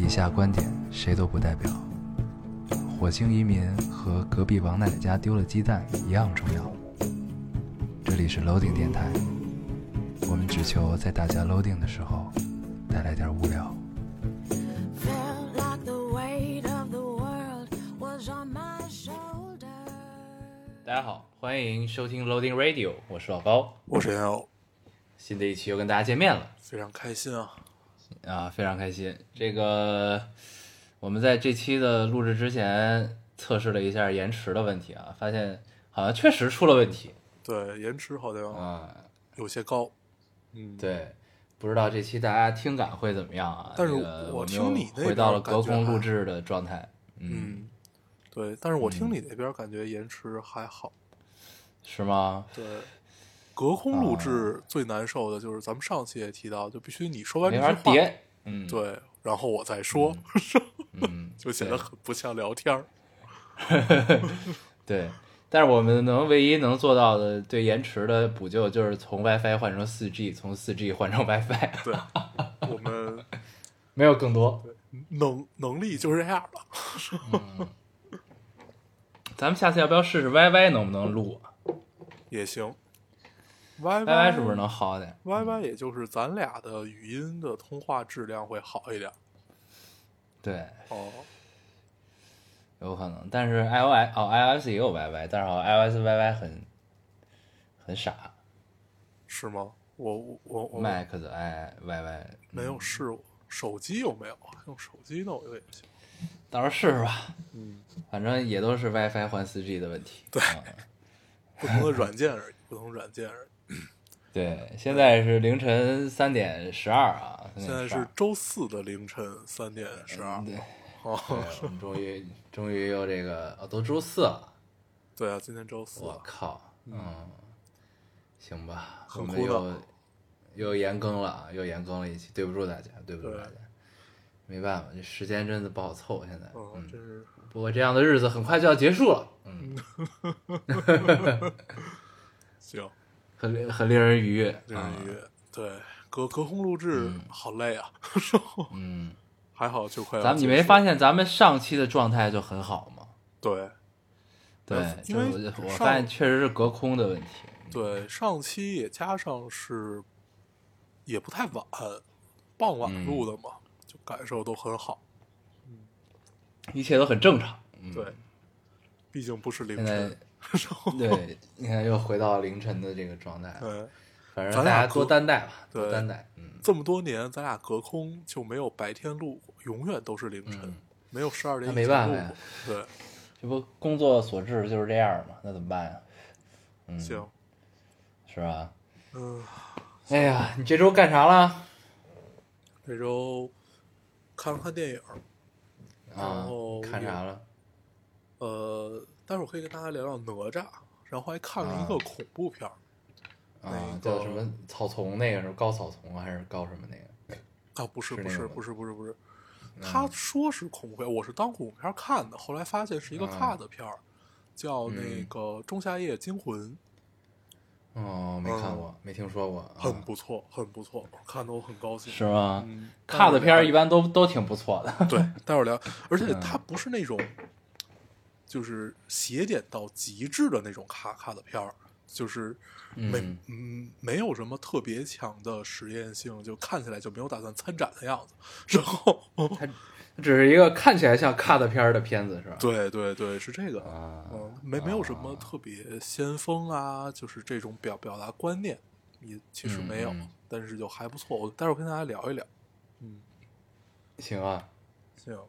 以下观点谁都不代表。火星移民和隔壁王奶奶家丢了鸡蛋一样重要。这里是 Loading 电台，我们只求在大家 Loading 的时候带来点无聊。大家好，欢迎收听 Loading Radio， 我是老高， 我是杨友， 新的一期又跟大家见面了， 非常开心啊！ 非常开心。这个我们在这期的录制之前测试了一下延迟的问题啊，发现好像确实出了问题。 对，延迟好像有些高。 对，不知道这期大家听感会怎么样啊？ 但是我听你那边回到了隔空录制的状态。 对，但是我听你那边感觉延迟还好。 是吗？ 对，隔空录制最难受的就是咱们上期也提到，就必须你说完这句话， 没法叠。 对，然后我再说，就显得很不像聊天。 对，但是我们唯一能做到的对延迟的补救，就是从 WiFi 换成 4G， 从 4G 换成 WiFi。 对，我们没有更多， 能力就是这样了。 咱们下次要不要试试 YY 能不能录啊？ 也行。 YY 是不是能好点 ？YY 也就是咱俩的语音的通话质量会好一点。 对。有可能，但是 iOS 也有 YY， 但是好像 iOS YY 很傻。是吗？我 Mac 的YY 没有试过，手机有没有？用手机弄也行。 到时候试试吧。反正也都是 WiFi 换 4G 的问题。 对，不同的软件而已，不同软件而已。 对，现在是凌晨3点12啊。 现在是周4的凌晨3点12。 对，我们终于又这个都周4了。 对啊，今天周4。 我靠，行吧， 很我们又延更了，又延更了一期，对不住大家，对不住大家。没办法，这时间真的不好凑，现在。 真是。 不过这样的日子很快就要结束了。 行， 很令人愉悦。 令人愉悦。对，隔空录制好累啊。还好就快要结束。 你没发现咱们上期的状态就很好吗？ 对， 因为我发现确实是隔空的问题。 对，上期也加上是也不太晚，傍晚录的嘛，就感受都很好。 一切都很正常。 对，毕竟不是凌晨。 对，你看又回到凌晨的这个状态。 对， 反正大家多担待吧，多担待。 这么多年咱俩隔空就没有白天录过，永远都是凌晨，没有12点以前录过。 没办法呀。 对， 这不工作所致就是这样嘛，那怎么办呀？ 行， 是吧？哎呀，你这周干啥了？ 这周看了看电影。然后看啥了？ 待会儿可以跟大家聊聊哪吒，然后还看了一个恐怖片叫什么草丛？那个是高草丛还是高什么那个？ 不是，他说是恐怖片，我是当恐怖片看的，后来发现是一个 cut 片叫那个《仲夏夜惊魂》。 没看过，没听说过。 很不错，很不错，看得我很高兴。 是吗？cut 片一般都挺不错的。 对，待会儿聊。而且它不是那种就是邪点到极致的那种cut片儿，就是没有什么特别强的实验性，就看起来就没有打算参展的样子。然后它只是一个看起来像cut片的片子，是吧？ 对对对，是这个。没有什么特别先锋啊，就是这种表达观念也其实没有，但是就还不错。我待会儿跟大家聊一聊。 行啊， 行。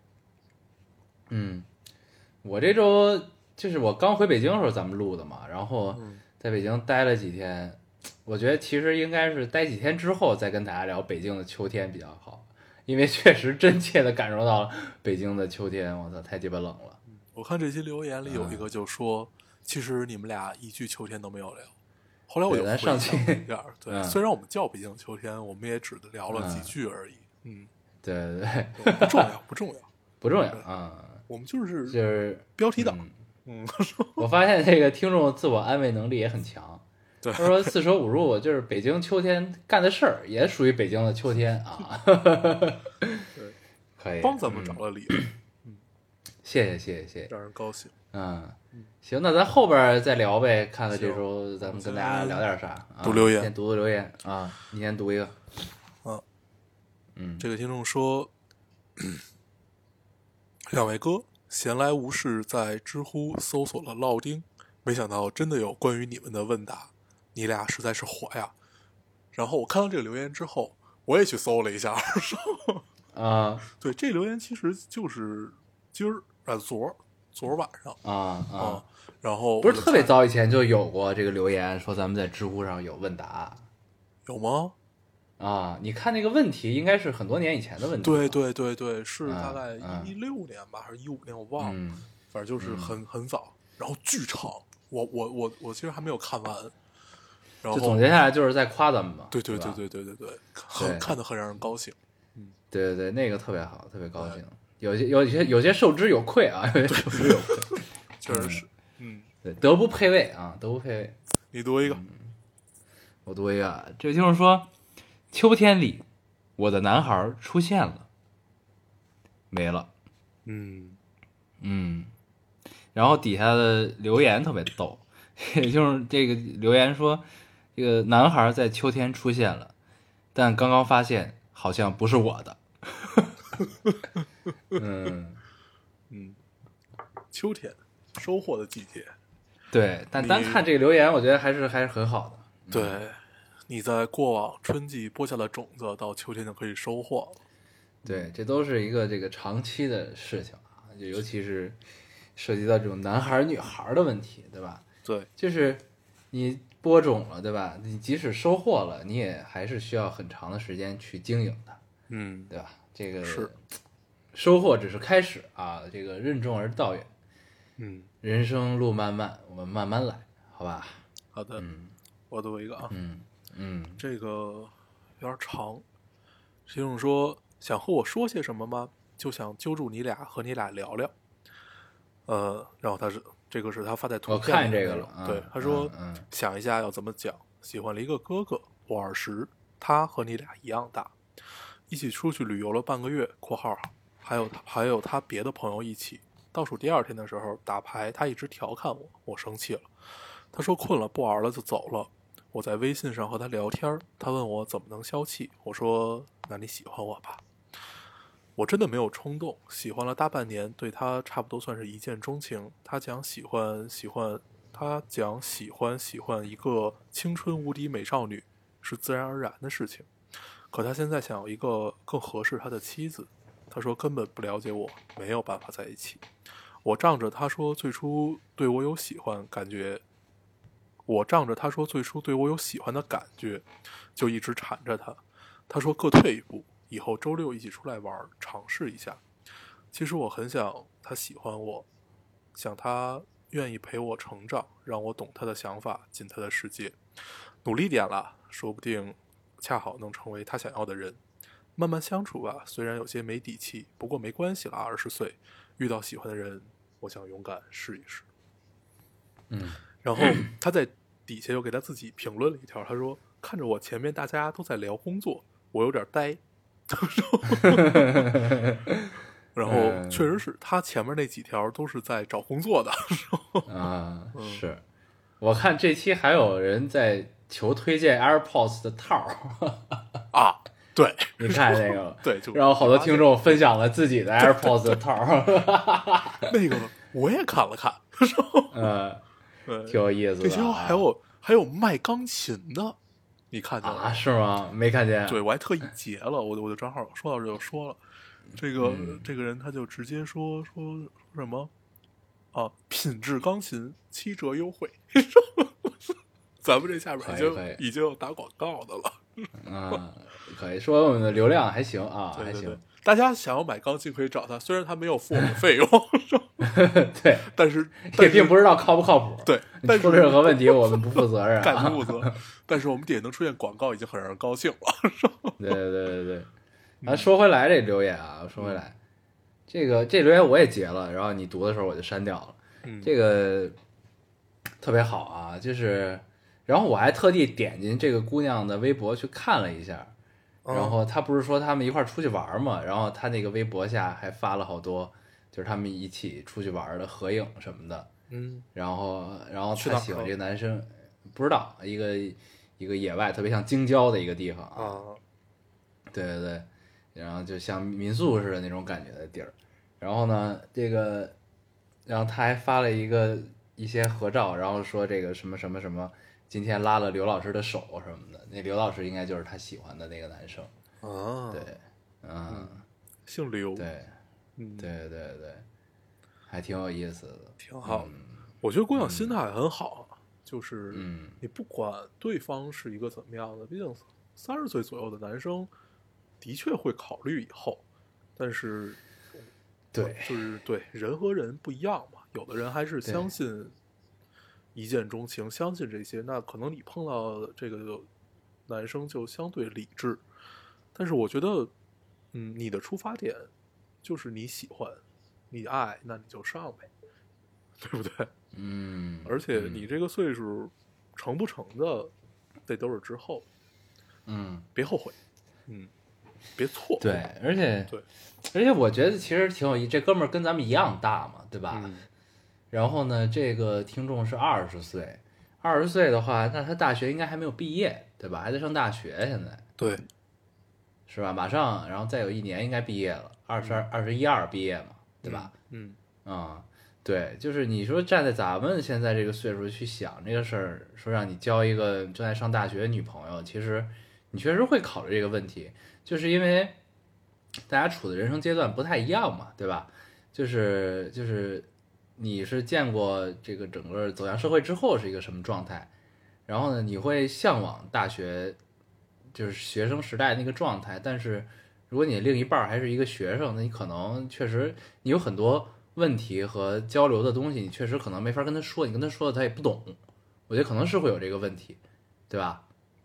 我这周就是我刚回北京的时候咱们录的嘛，然后在北京待了几天，我觉得其实应该是待几天之后再跟大家聊北京的秋天比较好，因为确实真切的感受到了北京的秋天，我操，太鸡巴冷了。 我看这期留言里有一个就说，其实你们俩一句秋天都没有聊。后来我又回想了一下，对，虽然我们叫北京秋天，我们也只聊了几句而已。 对， 不重要啊。 我们就是标题党。 我发现这个听众自我安慰能力也很强。 对， 他说四舍五入就是北京秋天干的事儿，也属于北京的秋天啊。 可以帮咱们找了理由， 谢谢， 让人高兴。 行，那咱后边再聊呗，看看这周咱们跟大家聊点啥。 读留言， 先读留言啊，你先读一个。 这个听众说，两位哥闲来无事在知乎搜索了烙丁，没想到真的有关于你们的问答，你俩实在是火呀。然后我看到这个留言之后，我也去搜了一下。对，这留言其实就是昨儿晚上然后不是特别早以前就有过这个留言，说咱们在知乎上有问答， 有吗？ 你看那个问题应该是很多年以前的问题。 对，是大概16年吧，还是15年，我忘了，反正就是很早，然后巨长，我其实还没有看完。然后就总结下来就是在夸咱们嘛。 对，看得很让人高兴。 对，那个特别好，特别高兴。有些受之有愧啊，有些受之有愧， 确实是。 对，德不配位啊，德不配位。 你读一个， 我读一个。这个听众说，秋天里，我的男孩出现了，没了。然后底下的留言特别逗，也就是这个留言说，这个男孩在秋天出现了，但刚刚发现好像不是我的。 秋天收获的季节。 对，但单看这个留言，我觉得还是很好的。 对，你在过往春季播下的种子，到秋天就可以收获了。 对，这都是一个这个长期的事情啊，尤其是涉及到这种男孩女孩的问题，对吧？ 对， 就是你播种了，对吧？你即使收获了，你也还是需要很长的时间去经营它，对吧？这个是收获只是开始啊，这个任重而道远。人生路漫漫，我们慢慢来，好吧？ 好的，我读一个啊，这个有点长。听众说想和我说些什么吗？就想揪住你俩，和你俩聊聊。然后这个是他发在图片里的， 我看这个了。 对，他说想一下要怎么讲。喜欢了一个哥哥，我20，他和你俩一样大，一起出去旅游了半个月（括号还有他别的朋友一起）。倒数第2天的时候打牌，他一直调侃我，我生气了。他说困了不玩了就走了。我在微信上和他聊天，他问我怎么能消气，我说那你喜欢我吧。我真的没有冲动，喜欢了大半年，对他差不多算是一见钟情。他讲喜欢一个青春无敌美少女是自然而然的事情，可他现在想要一个更合适他的妻子。他说根本不了解我，没有办法在一起。我仗着他说最初对我有喜欢的感觉，就一直缠着他。他说各退一步，以后周6一起出来玩，尝试一下。其实我很想他喜欢我，想他愿意陪我成长，让我懂他的想法，进他的世界。努力点了，说不定恰好能成为他想要的人。慢慢相处吧，虽然有些没底气，不过没关系了，20岁遇到喜欢的人，我想勇敢试一试。然后他在底下又给他自己评论了一条，他说看着我前面大家都在聊工作，我有点呆。然后确实是他前面那几条都是在找工作的。 是我看这期还有人在求推荐 AirPods 的套啊，对， 你看那个对， 然后好多听众分享了自己的 AirPods 的套那个我也看了看， 挺有意思的。 这期还有卖钢琴的，你看见了啊？是吗？没看见。 对，我还特意截了，我就正好说到这就说了，这个人他就直接说什么啊，品质钢琴7折优惠。咱们这下边已经有打广告的了。 可以说我们的流量还行啊， 对对对， 还行。 大家想要买钢琴可以找他，虽然他没有付我们费用， 对， 但是也并不知道靠不靠谱。 对， 出任何问题我们不负责任， 概不负责。但是我们底下能出现广告已经很让人高兴了。 对。咱说回来这留言啊，说回来，这留言我也截了，然后你读的时候我就删掉了。这个特别好啊，就是，然后我还特地点进这个姑娘的微博去看了一下， 然后他不是说他们一块儿出去玩嘛，然后他那个微博下还发了好多，就是他们一起出去玩的合影什么的。然后他喜欢这个男生，不知道一个野外特别像京郊的一个地方啊。对对对，然后就像民宿似的那种感觉的地儿。然后呢，然后他还发了一些合照，然后说这个什么什么什么，今天拉了刘老师的手什么的。那刘老师应该就是他喜欢的那个男生啊。对， 姓刘。 对，对对对，还挺有意思的， 挺好的。我觉得姑娘心态很好，就是你不管对方是一个怎么样的，毕竟30岁左右的男生的确会考虑以后，但是对， 就是对人和人不一样嘛，有的人还是相信一见钟情，相信这些，那可能你碰到这个男生就相对理智，但是我觉得你的出发点就是你喜欢你爱，那你就上呗，对不对？而且你这个岁数成不成的这都是之后，别后悔，别错过。 对，而且我觉得其实挺有意思，这哥们儿跟咱们一样大嘛，对吧？然后呢，这个听众是20岁，20岁的话，那他大学应该还没有毕业，对吧？还在上大学，现在对， 是吧？马上，然后再有1年应该毕业了，21、22毕业嘛，对吧？对，就是你说站在咱们现在这个岁数去想这个事儿，说让你交一个正在上大学的女朋友，其实你确实会考虑这个问题，就是因为大家处的人生阶段不太一样嘛，对吧？就是你是见过这个整个走向社会之后是一个什么状态，然后呢，你会向往大学就是学生时代那个状态，但是如果你的另一半还是一个学生，那你可能确实你有很多问题和交流的东西，你确实可能没法跟他说，你跟他说的他也不懂，我觉得可能是会有这个问题，对吧？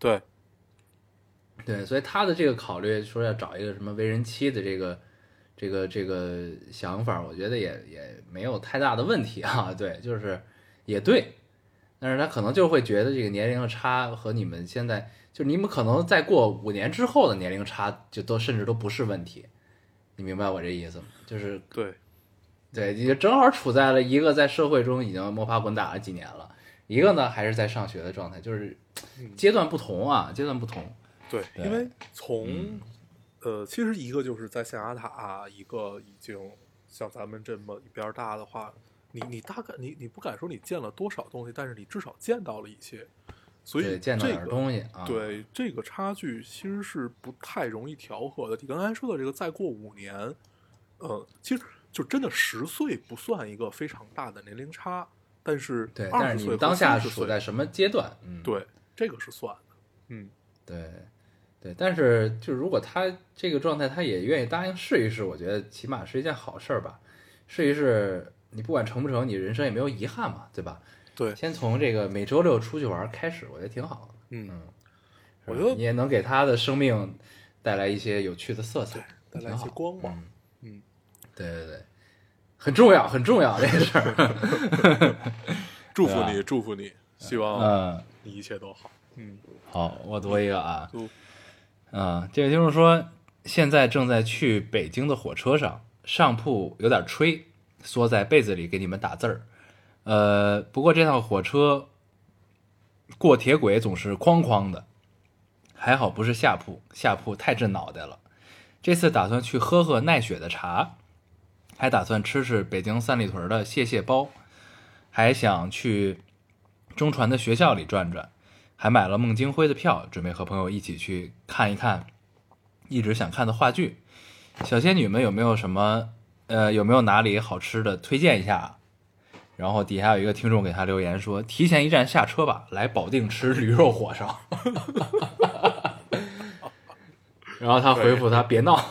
对，所以他的这个考虑说要找一个什么为人妻的这个想法，我觉得也没有太大的问题啊。对，就是也对，但是他可能就会觉得这个年龄的差和你们现在，就你们可能再过5年之后的年龄差，就甚至都不是问题。你明白我这意思吗？就是对，你正好处在了一个在社会中已经摸爬滚打了几年了，一个呢还是在上学的状态，就是阶段不同啊，阶段不同。 对，因为从其实一个就是在象牙塔，一个已经像咱们这么一边大的话，你大概你不敢说你见了多少东西，但是你至少见到了一些，所以见到点东西啊。 对，这个差距其实是不太容易调和的。你刚才说的这个再过5年，其实就真的10岁不算一个非常大的年龄差，但是对，但是你当下处在什么阶段？ 对，这个是算的。 对。对，但是就如果他这个状态，他也愿意答应试一试，我觉得起码是一件好事吧。试一试，你不管成不成，你人生也没有遗憾嘛，对吧？ 对， 先从这个每周6出去玩开始，我觉得挺好的。 我觉得你也能给他的生命带来一些有趣的色彩， 带来一些光芒。 对对对，很重要，很重要这个事儿。 祝福你，祝福你，希望你一切都好。 好，我读一个啊。这个听众说，现在正在去北京的火车上，上铺有点吹，缩在被子里给你们打字儿。不过这趟火车过铁轨总是哐哐的，还好不是下铺，下铺太震脑袋了。这次打算去喝奈雪的茶，还打算吃北京三里屯的蟹包，还想去中传的学校里转转。还买了孟京辉的票，准备和朋友一起去看一看一直想看的话剧。小仙女们有没有哪里好吃的推荐一下？然后底下有一个听众给他留言说，提前1站下车吧，来保定吃驴肉火烧。然后他回复他别闹。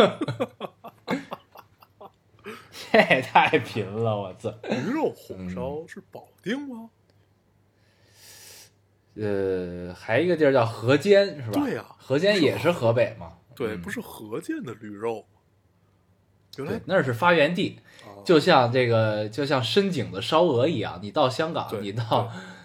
这也太贫了，我操！ 驴肉火烧是保定吗？ 还一个地儿叫河间，是吧？ 对呀， 河间也是河北嘛？ 对，不是河间的驴肉，原来那是发源地，就像深井的烧鹅一样。你到香港，你到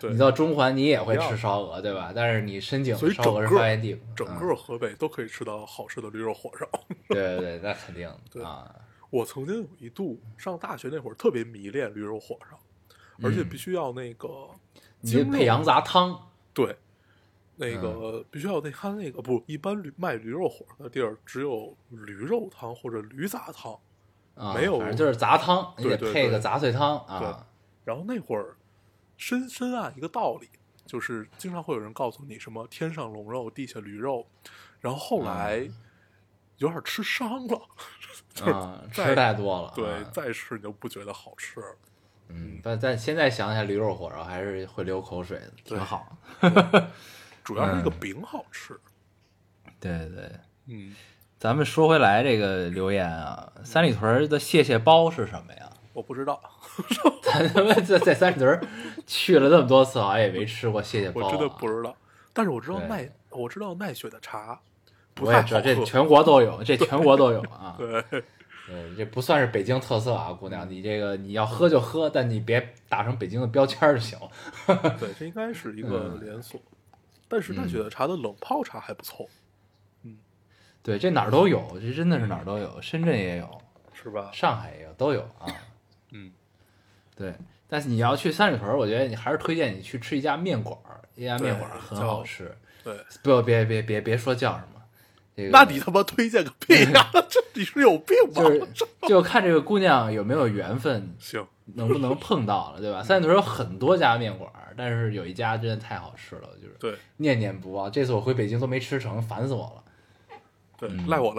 你到中环你也会吃烧鹅，对吧？但是你申请烧鹅是发源地， 整个河北都可以吃到好吃的驴肉火烧。 对对对，那肯定对啊。 我曾经有一度上大学那会儿特别迷恋驴肉火烧，而且必须要那个你配羊杂汤， 对，那个必须要他那个不一般卖驴肉火烧的地儿只有驴肉汤或者驴杂汤。没有， 反正就是杂汤，你得对配个杂碎汤啊。 对，然后那会儿深谙一个道理，就是经常会有人告诉你什么天上龙肉地下驴肉，然后后来有点吃伤了， 吃太多了， 对，再吃你就不觉得好吃了。 但现在想起来驴肉火烧还是会流口水的，挺好。 主要是那个饼好吃。 对对，咱们说回来这个留言啊，三里屯的蟹蟹包是什么呀？ 我不知道， 咱们在三里屯去了那么多次，好像也没吃过蟹蟹包。 我真的不知道，但是我知道奈雪的茶， 我也知道这全国都有，这全国都有啊。 对， 这不算是北京特色啊，姑娘，你这个你要喝就喝，但你别打上北京的标签就行了。 对，这应该是一个连锁，但是奈雪的茶的冷泡茶还不错。 对，这哪儿都有，这真的是哪儿都有，深圳也有， 是吧？ 上海也有，都有啊。对，但是你要去三里屯，我觉得你还是推荐你去吃一家面馆，一家面馆很好吃。 对， 不，别说叫什么，这个。 那你他妈推荐个屁呀！这你是有病吧？ 就看这个姑娘有没有缘分， 行， 能不能碰到了，对吧？三里屯有很多家面馆，但是有一家真的太好吃了，就是对念念不忘。这次我回北京都没吃成，烦死我了。 对，赖我。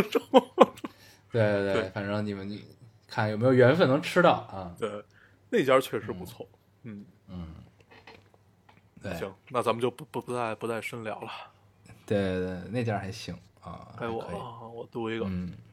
对，反正你们看有没有缘分能吃到啊？ 对，那家确实不错。 对， 行，那咱们就不再深聊了。 对，那家还行啊。 该我读一个。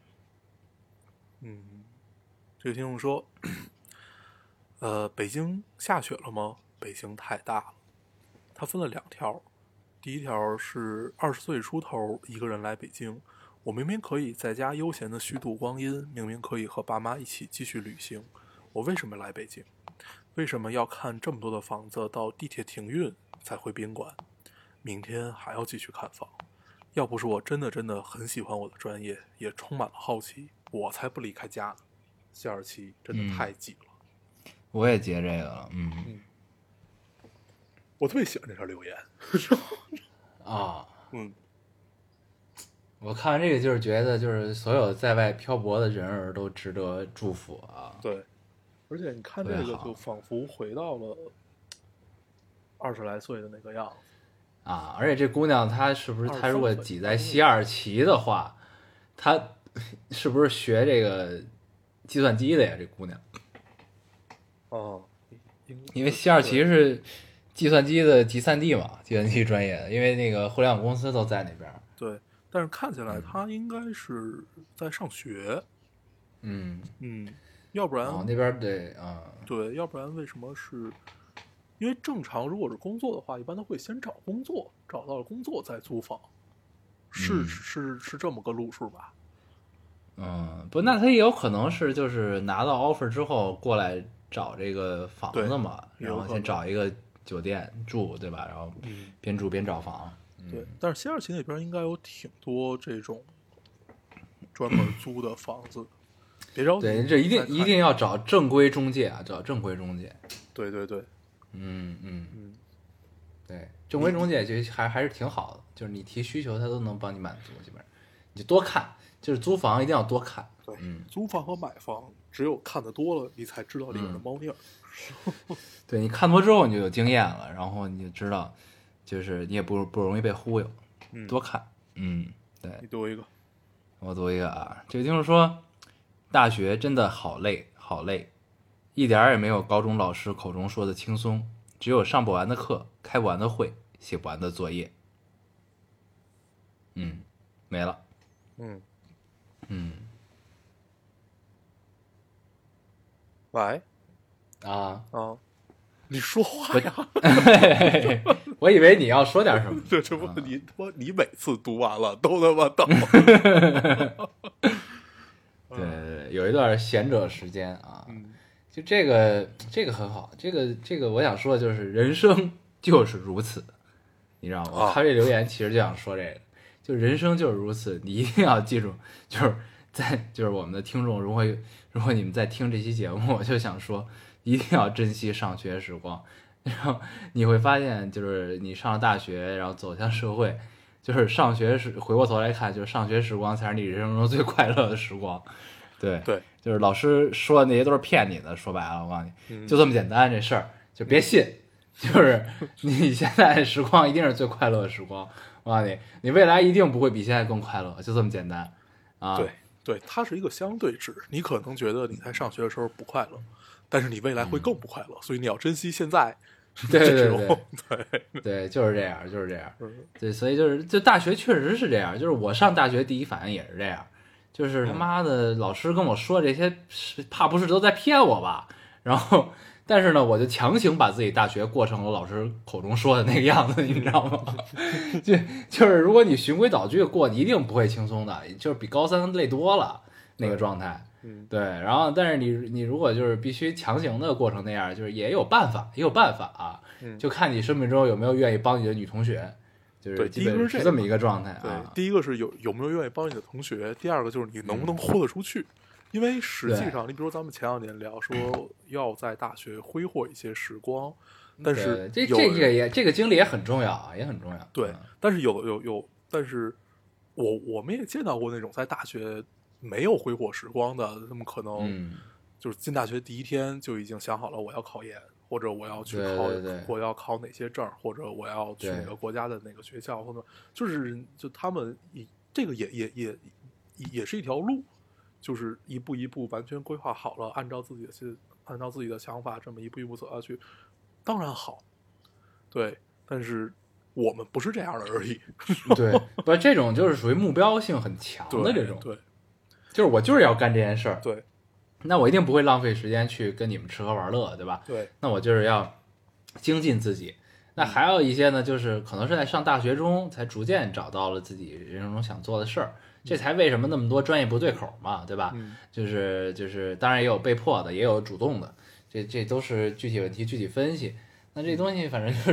这个听众说，北京下雪了吗？北京太大了。他分了2条。第一条是20岁出头一个人来北京，我明明可以在家悠闲的虚度光阴，明明可以和爸妈一起继续旅行，我为什么来北京？为什么要看这么多的房子到地铁停运才回宾馆？明天还要继续看房。要不是我真的很喜欢我的专业，也充满了好奇，我才不离开家呢。727真的太挤了。 我也截这个了。 我特别喜欢这条留言。 啊，我看完这个就是觉得，就是所有在外漂泊的人儿都值得祝福啊。 对，而且你看这个就仿佛回到了20来岁的那个样子啊！而且这姑娘她是不是她如果挤在西二旗的话，她是不是学这个计算机的呀？这姑娘因为西二旗是计算机的集散地嘛，计算机专业的，因为那个互联网公司都在那边。 对，但是看起来他应该是在上学。要不然那边对，要不然为什么是？因为正常如果是工作的话，一般都会先找工作，找到了工作再租房，是这么个路数吧？ 不，那他也有可能是就是拿到 offer 之后过来找这个房子嘛，然后先找一个酒店住，对吧？然后边住边找房。 对，但是西二旗那边应该有挺多这种专门租的房子。别着急， 对，这一定要找正规中介啊，找正规中介。 对， 对，正规中介就还是挺好的，就是你提需求他都能帮你满足，基本上你就多看，就是租房一定要多看。 对，租房和买房只有看得多了，你才知道里面的猫腻儿。 对，你看多之后你就有经验了，然后你就知道，就是你也不容易被忽悠。多看。对。 你读一个， 我读一个啊，这个听众说，大学真的好累，好累，一点也没有高中老师口中说的轻松，只有上不完的课，开不完的会，写不完的作业。没了。 喂。你说话呀！ 我以为你要说点什么。 这不你每次读完了都他妈到。 对，有一段闲者时间啊， 就这个很好，这个我想说的就是人生就是如此，你知道吗？我看这留言其实就想说这个，就人生就是如此，你一定要记住，就是我们的听众，如果你们在听这期节目，我就想说，一定要珍惜上学时光，然后你会发现，就是你上了大学，然后走向社会，就是上学时回过头来看，就是上学时光才是你人生中最快乐的时光。对，就是老师说的那些都是骗你的，说白了，我告诉你，就这么简单，这事儿就别信，就是你现在的时光一定是最快乐的时光，我告诉你，你未来一定不会比现在更快乐，就这么简单啊。 对，它是一个相对值，你可能觉得你在上学的时候不快乐，但是你未来会更不快乐，所以你要珍惜现在。 对，就是这样，对，所以就大学确实是这样，就是我上大学第一反应也是这样。就是他妈的，老师跟我说这些，怕不是都在骗我吧？然后，但是呢，我就强行把自己大学过成了老师口中说的那个样子，你知道吗？就是如果你循规蹈矩过，你一定不会轻松的，就是比高三累多了那个状态。对。然后，但是你如果就是必须强行的过成那样，就是也有办法啊，就看你生命中有没有愿意帮你的女同学。就是第一个是这么一个状态啊。 对，第一个是有没有愿意帮你的同学，第二个就是你能不能豁得出去。因为实际上，你比如咱们前2年聊说要在大学挥霍一些时光，但是这个经历也很重要啊，也很重要。 对，但是但是我们也见到过那种在大学没有挥霍时光的，他们可能就是进大学第一天就已经想好了我要考研。或者我要去考，我要考哪些证，或者我要去哪个国家的哪个学校，或者就他们这个也是一条路，就是一步一步完全规划好了，按照自己的想法这么一步一步走下去，当然好，对，但是我们不是这样的而已。 对，不，这种就是属于目标性很强的这种， 对， 就是我就是要干这件事儿， 对。 那我一定不会浪费时间去跟你们吃喝玩乐，对吧？ 对， 那我就是要精进自己。那还有一些呢，就是可能是在上大学中才逐渐找到了自己人生中想做的事儿，这才为什么那么多专业不对口嘛，对吧？就是当然也有被迫的，也有主动的，这都是具体问题具体分析。那这东西反正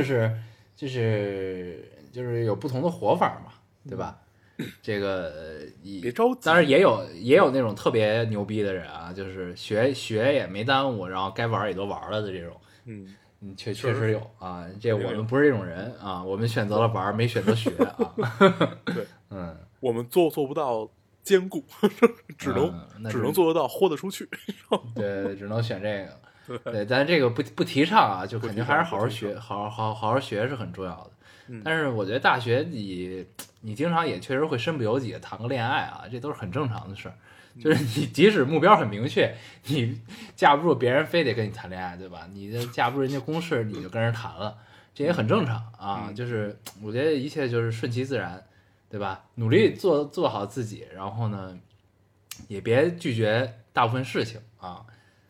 就是有不同的活法嘛，对吧？这个别着急， 当然也有那种特别牛逼的人啊，就是学也没耽误，然后该玩也都玩了的这种。确实有啊，这我们不是这种人啊，我们选择了玩，没选择学啊。 对，我们做不到兼顾，只能做得到豁得出去。 对，只能选这个。对，但这个不提倡啊，就肯定还是好好学，好好学是很重要的。但是我觉得大学你经常也确实会身不由己的谈个恋爱啊，这都是很正常的事儿。就是你即使目标很明确，你架不住别人非得跟你谈恋爱，对吧？你这架不住人家公事，你就跟人谈了，这也很正常啊。就是我觉得一切就是顺其自然，对吧？努力做好自己，然后呢，也别拒绝大部分事情啊。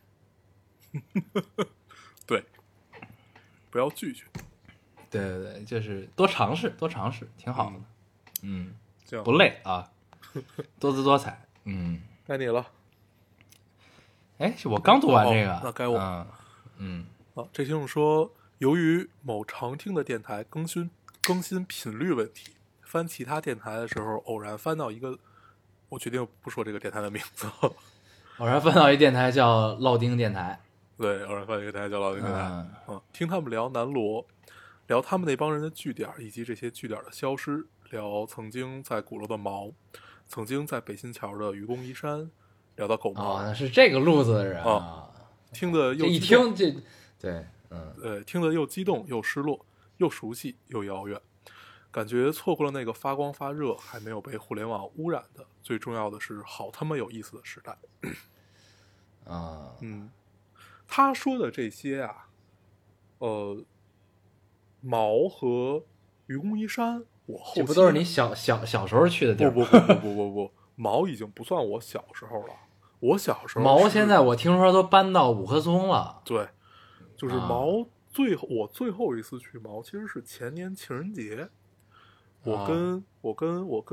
对，不要拒绝。 对，就是多尝试，挺好的。不累啊，多姿多彩。 该你了。 哎，我刚读完这个， 那该我。这听众说，由于某常听的电台更新频率问题，翻其他电台的时候，偶然翻到一个，我决定不说这个电台的名字。 偶然翻到一电台叫烙丁电台。 对，偶然翻到一个电台叫烙丁电台。听他们聊南锣，聊他们那帮人的据点以及这些据点的消失，聊曾经在鼓楼的毛，曾经在北新桥的愚公移山，聊到狗毛。 那是这个路子的人啊。 听得又一听这，对， 听得又激动又失落，又熟悉又遥远，感觉错过了那个发光发热还没有被互联网污染的，最重要的是好他妈有意思的时代。他说的这些啊，毛和愚公移山，我后期这不都是你小时候去的地儿？ 不，毛已经不算我小时候了。我小时候毛现在我听说都搬到五棵松了。 对，就是毛我最后一次去毛其实是前年情人节，我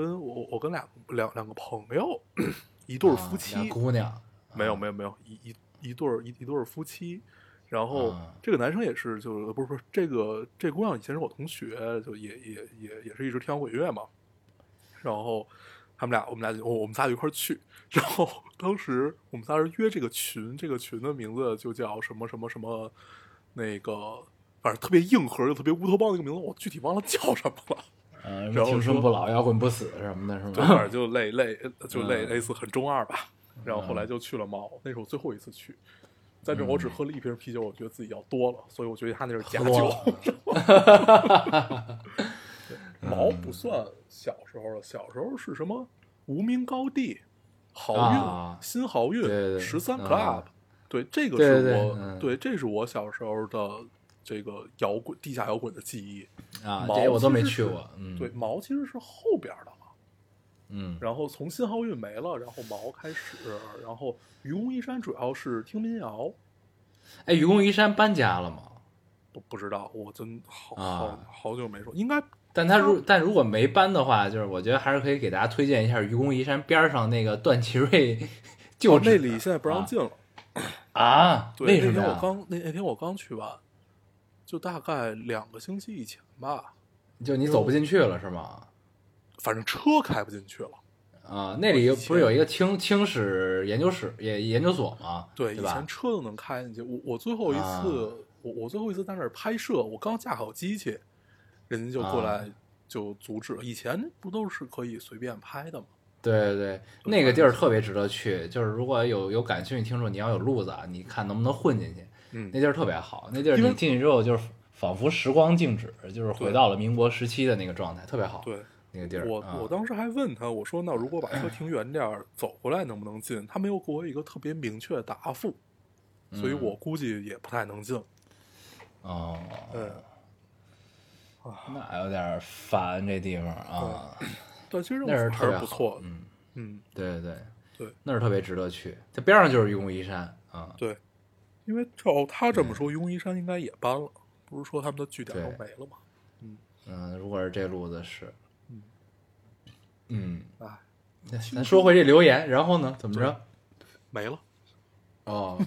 跟两个朋友，一对夫妻， 姑娘， 没有， 一对夫妻，然后这个男生也是就不是这个姑娘以前是我同学，就也是一直听摇滚乐嘛，然后我们仨就一块去，然后当时我们仨人约这个群的名字就叫什么什么什么，那个反正特别硬核又特别乌托邦的一个名字，我具体忘了叫什么了。然后青春不老，摇滚不死什么的，是吗？ 对，反正就类似很中二吧。然后后来就去了猫，那是我最后一次去。在这我只喝了一瓶啤酒，我觉得自己要多了，所以我觉得他那是假酒。毛不算小时候了，小时候是什么无名高地、好运、新好运、13 Club，对，这个是我对，这是我小时候的这个地下摇滚的记忆啊，这我都没去过。 对，毛其实是后边的了， 然后从新好运没了，然后毛开始，然后愚公移山主要是听民谣。 哎，愚公移山搬家了吗？ 不知道，我真好久没说，应该。 但如果没搬的话，就是我觉得还是可以给大家推荐一下愚公移山边上那个段祺瑞旧址， 那里现在不让进了啊？ 对， 为什么呀？ 那天我刚去完，就大概2个星期以前吧。 就你走不进去了是吗？ 反正车开不进去了啊。那里不是有一个清史研究所吗？ 对， 对吧？ 以前车都能开进去。我最后一次，我最后一次在那儿拍摄，我刚架好机器。人家就过来就阻止了。以前不都是可以随便拍的吗？ 对对，那个地儿特别值得去。就是如果有感兴趣听众，你要有路子啊，你看能不能混进去。那地儿特别好，那地儿你进去之后就是仿佛时光静止，就是回到了民国时期的那个状态，特别好。 对， 那个地儿。 我当时还问他，我说那如果把车停远点走回来能不能进？他没有给我一个特别明确的答复，所以我估计也不太能进。 哦。那有点烦这地方啊， 但其实那是特别不错， 对， 那是特别值得去。它边上就是愚公移山啊， 对，因为照他这么说，愚公移山应该也搬了，不是说他们的据点都没了吗？ 如果是这路子是， 哎， 咱说回这留言，然后呢，怎么着？ 没了。 哦，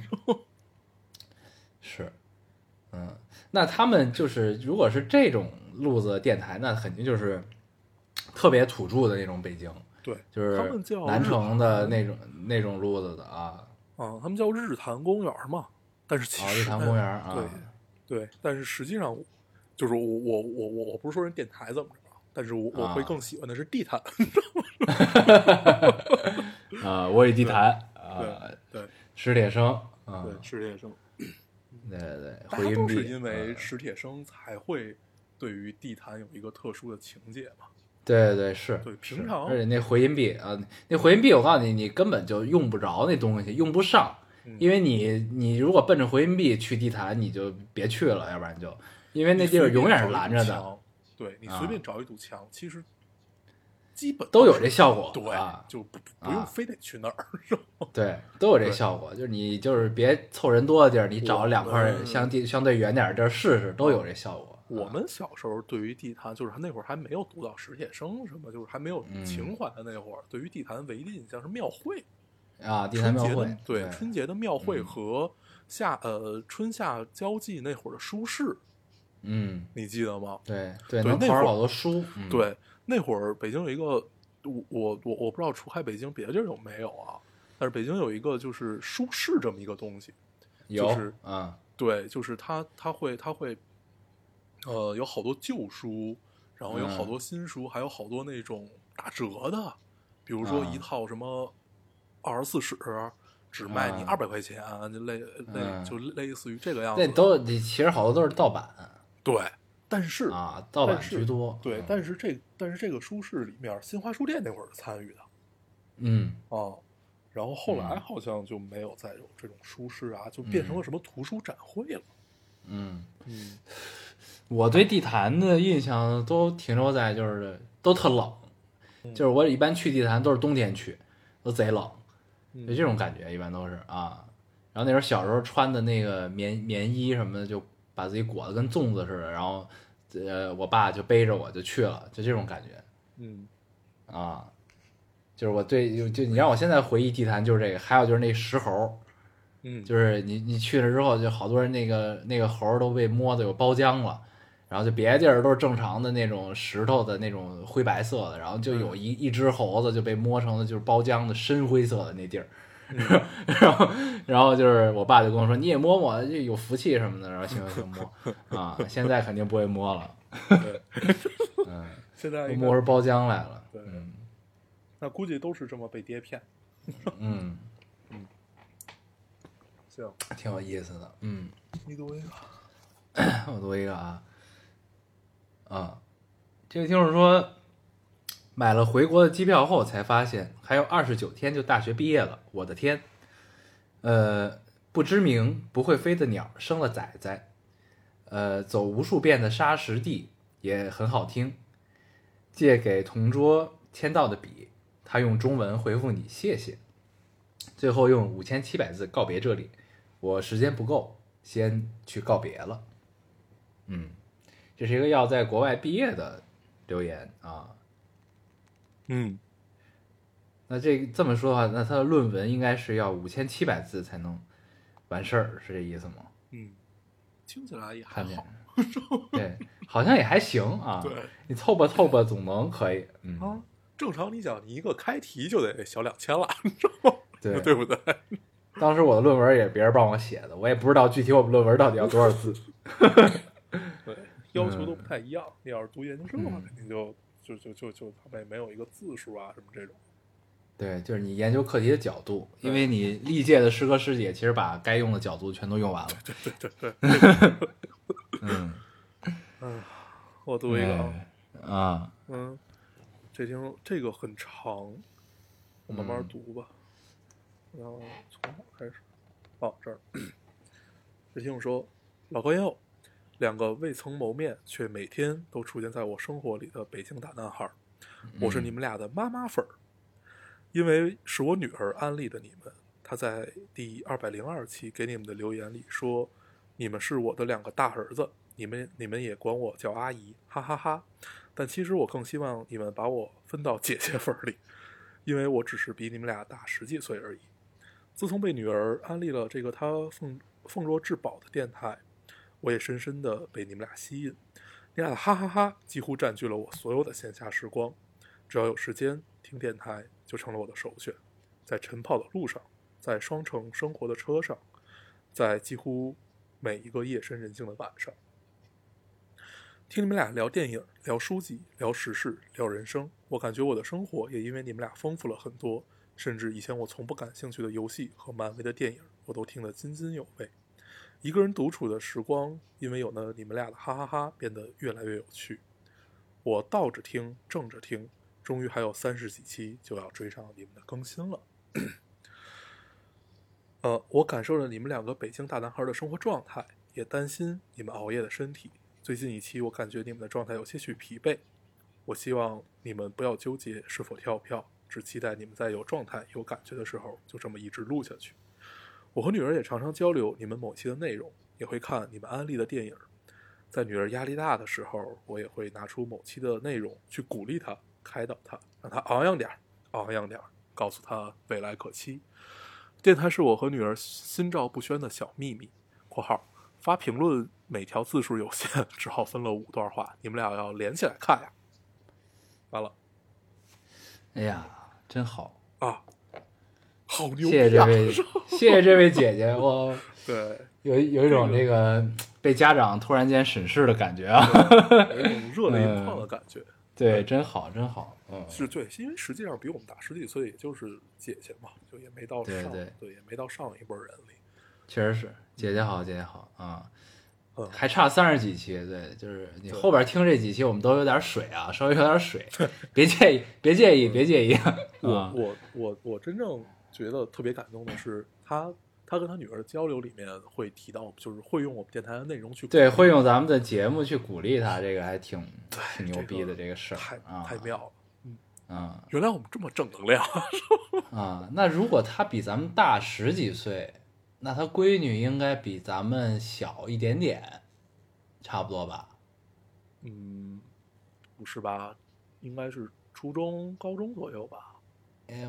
是，那他们就是如果是这种路子的电台，那肯定就是特别土著的那种北京， 对， 就是南城的那种路子的啊。 他们叫日坛公园嘛，但是其实日坛公园啊， 对，但是实际上就是我不是说人电台怎么着，但是我会更喜欢的是地坛。 我与地坛对， 史铁生对，史铁生。 对， 大家都是因为史铁生才会对于地坛有一个特殊的情节嘛。 对，是。 对，平常而且那回音壁啊，那回音壁我告诉你，你根本就用不着那东西，用不上，因为你如果奔着回音壁去地坛，你就别去了，要不然就因为那地儿永远是拦着的。 对，你随便找一堵墙，其实基本都有这效果。 对，就不用非得去那儿。 对，都有这效果，就是你就是别凑人多的地儿，你找2块相对远点的地儿试试，都有这效果。 我们小时候对于地坛，就是他那会儿还没有读到史铁生什么，就是还没有情怀的那会儿，对于地坛唯一的印象是庙会啊，地坛庙会。 对，春节的庙会和春夏交际那会儿的书市，你记得吗？ 对，能淘好多书。 对，那会儿北京有一个，我不知道除开北京别的地儿有没有啊，但是北京有一个就是书市这么一个东西，就是对，就是它会有好多旧书，然后有好多新书，还有好多那种打折的，比如说一套什么24史，只卖你200块钱，就类似于这个样子。 那其实好多都是盗版。 对，但是盗版居多。 对，但是这个书市里面，新华书店那会儿是参与的。然后后来好像就没有再有这种书市啊，就变成了什么图书展会了。 我对地坛的印象都停留在就是都特冷，就是我一般去地坛都是冬天去，都贼冷，就这种感觉一般都是啊。然后那时候小时候穿的那个棉衣什么的，就把自己裹得跟粽子似的，然后我爸就背着我就去了，就这种感觉。就是我对就你让我现在回忆地坛就是这个，还有就是那石猴， 就是你去了之后，就好多人那个猴都被摸的有包浆了，然后就别的地儿都是正常的那种石头的那种灰白色的，然后就有一只猴子就被摸成了就是包浆的深灰色的那地儿，然后就是我爸就跟我说你也摸摸，就有福气什么的，然后行摸啊，现在肯定不会摸了， 现在摸出包浆来了， 对，那估计都是这么被爹骗，行， 挺有意思的， 你读一个， 我读一个这个听众说，买了回国的机票后才发现还有29天就大学毕业了，我的天！不知名不会飞的鸟生了崽崽，走无数遍的沙石地也很好听。借给同桌签到的笔，他用中文回复你谢谢。最后用5700字告别这里，我时间不够，先去告别了。这是一个要在国外毕业的留言啊。那这么说的话，那他的论文应该是要5700字才能完事儿，是这意思吗？ 听起来也还好。 对，好像也还行啊。 对， 你凑吧凑吧，总能可以。 正常你讲，你一个开题就得小2000了， 对对不对？ 当时我的论文也是别人帮我写的，我也不知道具体我们论文到底要多少字。 对，要求都不太一样。你要是读研究生的话，肯定就他们也没有一个字数啊什么这种。 对，就是你研究课题的角度，因为你历届的师哥师姐其实把该用的角度全都用完了。 对。我读一个这个很长，我慢慢读吧。然后从哪开始？这儿。这听众说，老高烟2个未曾谋面却每天都出现在我生活里的北京大男孩，我是你们俩的妈妈粉儿。因为是我女儿安利的你们，她在第202期给你们的留言里说，你们是我的2个大儿子，你们也管我叫阿姨，哈哈哈。但其实我更希望你们把我分到姐姐粉里，因为我只是比你们俩大10几岁而已。自从被女儿安利了这个她奉若至宝的电台，我也深深的被你们俩吸引，你俩的哈哈哈几乎占据了我所有的闲暇时光，只要有时间听电台就成了我的首选，在晨跑的路上，在双城生活的车上，在几乎每一个夜深人静的晚上，听你们俩聊电影，聊书籍，聊时事，聊人生，我感觉我的生活也因为你们俩丰富了很多，甚至以前我从不感兴趣的游戏和漫威的电影我都听得津津有味。一个人独处的时光因为有了你们俩的哈哈哈变得越来越有趣。我倒着听，正着听，终于还有30几期就要追上你们的更新了。我感受了你们2个北京大男孩的生活状态，也担心你们熬夜的身体。最近一期我感觉你们的状态有些许疲惫，我希望你们不要纠结是否跳票，只期待你们在有状态有感觉的时候就这么一直录下去。我和女儿也常常交流你们某期的内容，也会看你们安利的电影。在女儿压力大的时候，我也会拿出某期的内容去鼓励她，开导她，让她昂扬点，告诉她未来可期。电台是我和女儿心照不宣的小秘密（括号发评论每条字数有限，只好分了5段话，你们俩要连起来看呀。）完了。 哎呀，真好啊！好牛逼啊！ 谢谢这位姐姐，我对有一种这个被家长突然间审视的感觉啊， 有一种热泪盈眶的感觉。 对，真好，真好。 是对，因为实际上比我们大10几岁，也就是姐姐嘛，就也没到上，对，也没到上一辈人里。 确实是，姐姐好，姐姐好啊。还差30几期，对，就是你后边听这几期，我们都有点水啊，稍微有点水，别介意，别介意，别介意。 我真正觉得特别感动的是，他跟他女儿的交流里面会提到，就是会用我们电台的内容去对，会用咱们的节目去鼓励他，这个还挺牛逼的这个事儿， 太妙了。原来我们这么正能量啊！那如果他比咱们大10几岁，那他闺女应该比咱们小一点点，差不多吧？ 不是吧？应该是初中、高中左右吧？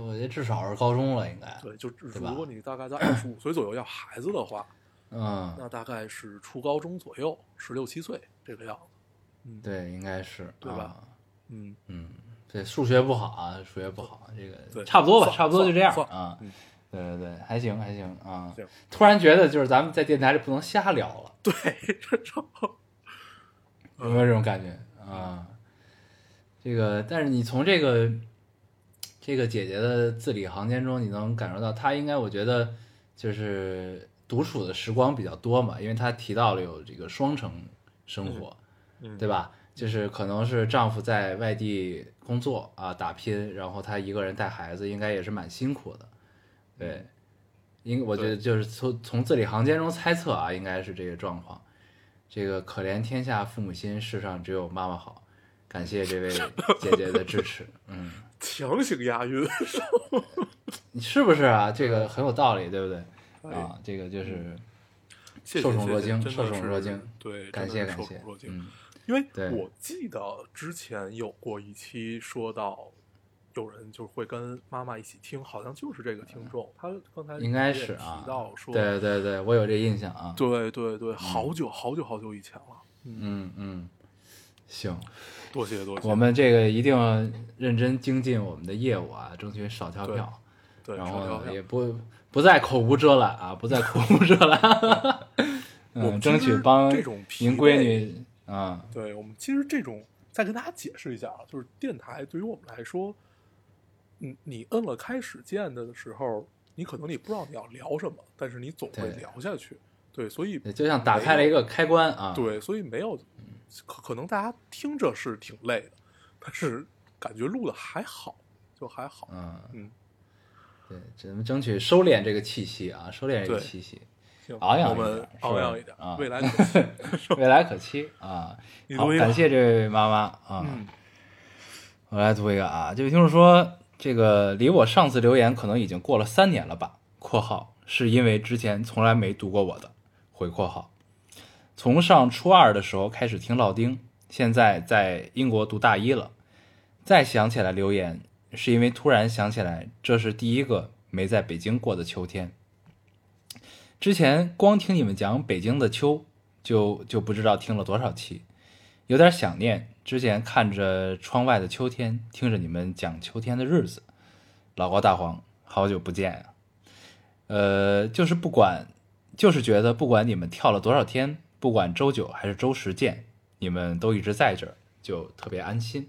我觉得至少是高中了，应该。 对，就对吧如果你大概在25岁左右要孩子的话，那嗯， 大概是初高中左右，16、17岁这个样子。 对，应该是， 对吧？ 啊嗯， 对，数学不好啊，数学不好，这个对， 差不多吧， 算差不多就这样算啊。 嗯， 对对对，还行还行啊行。 突然觉得就是咱们在电台里不能瞎聊了， 对，这种有没有这种感觉啊？这个，但是你从这个姐姐的字里行间中，你能感受到她应该，我觉得就是独处的时光比较多嘛，因为她提到了有这个双城生活，对吧？就是可能是丈夫在外地工作啊打拼，然后她一个人带孩子，应该也是蛮辛苦的。对，我觉得就是从字里行间中猜测啊，应该是这个状况。这个可怜天下父母心，世上只有妈妈好。感谢这位姐姐的支持， 强行押韵， 你是不是啊？这个很有道理，对不对？啊，这个就是受宠若惊，受宠若惊。 对， 感谢感谢。 因为我记得之前有过一期说到，有人就会跟妈妈一起听，好像就是这个听众，他刚才应该是啊， 提到说， 对对对，我有这印象啊。 对对对，好久好久好久以前了。 行， 多谢多谢。 我们这个一定认真精进我们的业务啊，争取少跳票。 对， 然后也不再口无遮拦啊，不再口无遮拦。争取帮您闺女啊。 对，我们其实这种再跟大家解释一下啊，就是电台对于我们来说，你摁了开始键的时候，你可能你不知道你要聊什么，但是你总会聊下去。对，所以就像打开了一个开关啊。 对，所以没有可能大家听着是挺累的，但是感觉录的还好，就还好。 对，只能争取收敛这个气息啊，收敛这个气息，昂扬一点啊， 未来可期， 未来可期啊。好，感谢这位妈妈啊。我来读一个啊，这位听众说，这个离我上次留言可能已经过了3年了吧（括号是因为之前从来没读过我的）回括号。从上初2的时候开始听老丁，现在在英国读大1了。再想起来留言，是因为突然想起来这是第一个没在北京过的秋天。之前光听你们讲北京的秋，就不知道听了多少期，有点想念之前看着窗外的秋天，听着你们讲秋天的日子。老高大黄，好久不见啊！就是觉得不管你们跳了多少天，不管周9还是周10见，你们都一直在这儿，就特别安心。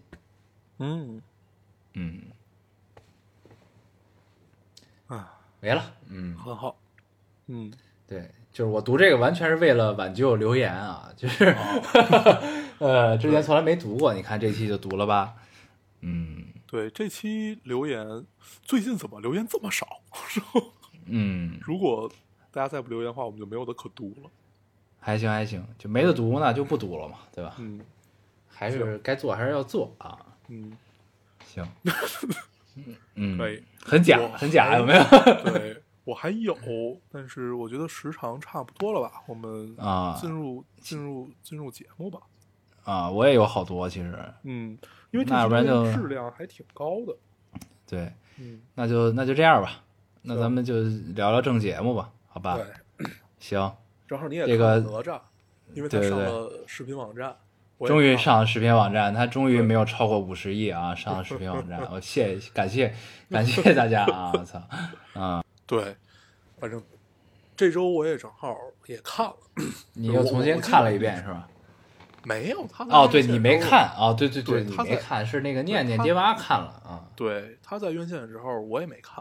没了。 很好。 对，就是我读这个完全是为了挽救留言啊，就是之前从来没读过，你看这期就读了吧。 对，这期留言最近怎么留言这么少？如果大家再不留言的话，我们就没有的可读了。 还行，就没得读呢，就不读了嘛，对吧？还是该做还是要做啊。行。 可以， 很假，有没有？ 对，我还有，但是我觉得时长差不多了吧，我们进入节目吧。 我也有好多，其实， 因为这期质量还挺高的。 对，那就这样吧，那咱们就聊聊正节目吧，好吧？ 对， 行， 正好你也看了哪吒，因为他上了视频网站。 终于上了视频网站，他终于没有超过50亿啊！上了视频网站，我感谢大家啊！我操， 对，反正这周我也正好也看了， 你又重新看了一遍是吧？ 没有，他对你没看对，你没看，是那个念爹妈看了啊。 对，他在院线的时候我也没看，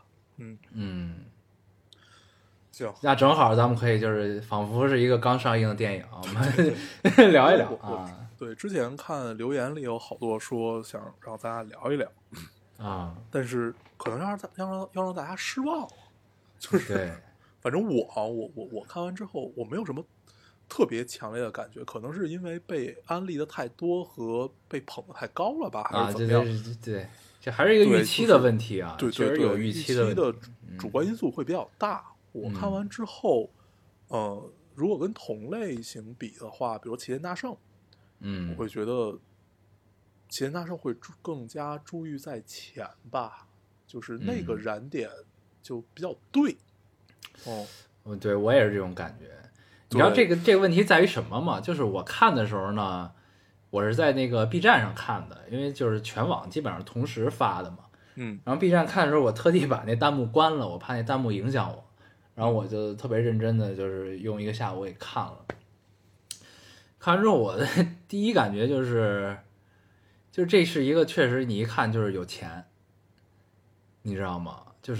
行， 那正好咱们可以就是仿佛是一个刚上映的电影，我们聊一聊啊。 对，之前看留言里有好多说想让大家聊一聊但是可能要让大家失望了，就是对， 反正我看完之后我没有什么特别强烈的感觉，可能是因为被安利的太多和被捧的太高了吧，还是怎么样？ 对，这还是一个预期的问题啊， 对， 确实有预期的主观因素会比较大。我看完之后，如果跟同类型比的话，比如齐天大圣。我会觉得齐天大圣会更加珠玉在前吧， 就是那个燃点就比较对。 对，我也是这种感觉。你知道这个问题在于什么吗？就是我看的时候呢，我是在那个 B 站上看的，因为就是全网基本上同时发的嘛。然后 B 站看的时候，我特地把那弹幕关了，我怕那弹幕影响我。然后我就特别认真的，就是用一个下午给看了。看完之后，我的第一感觉就是，这是一个确实你一看就是有钱，你知道吗？就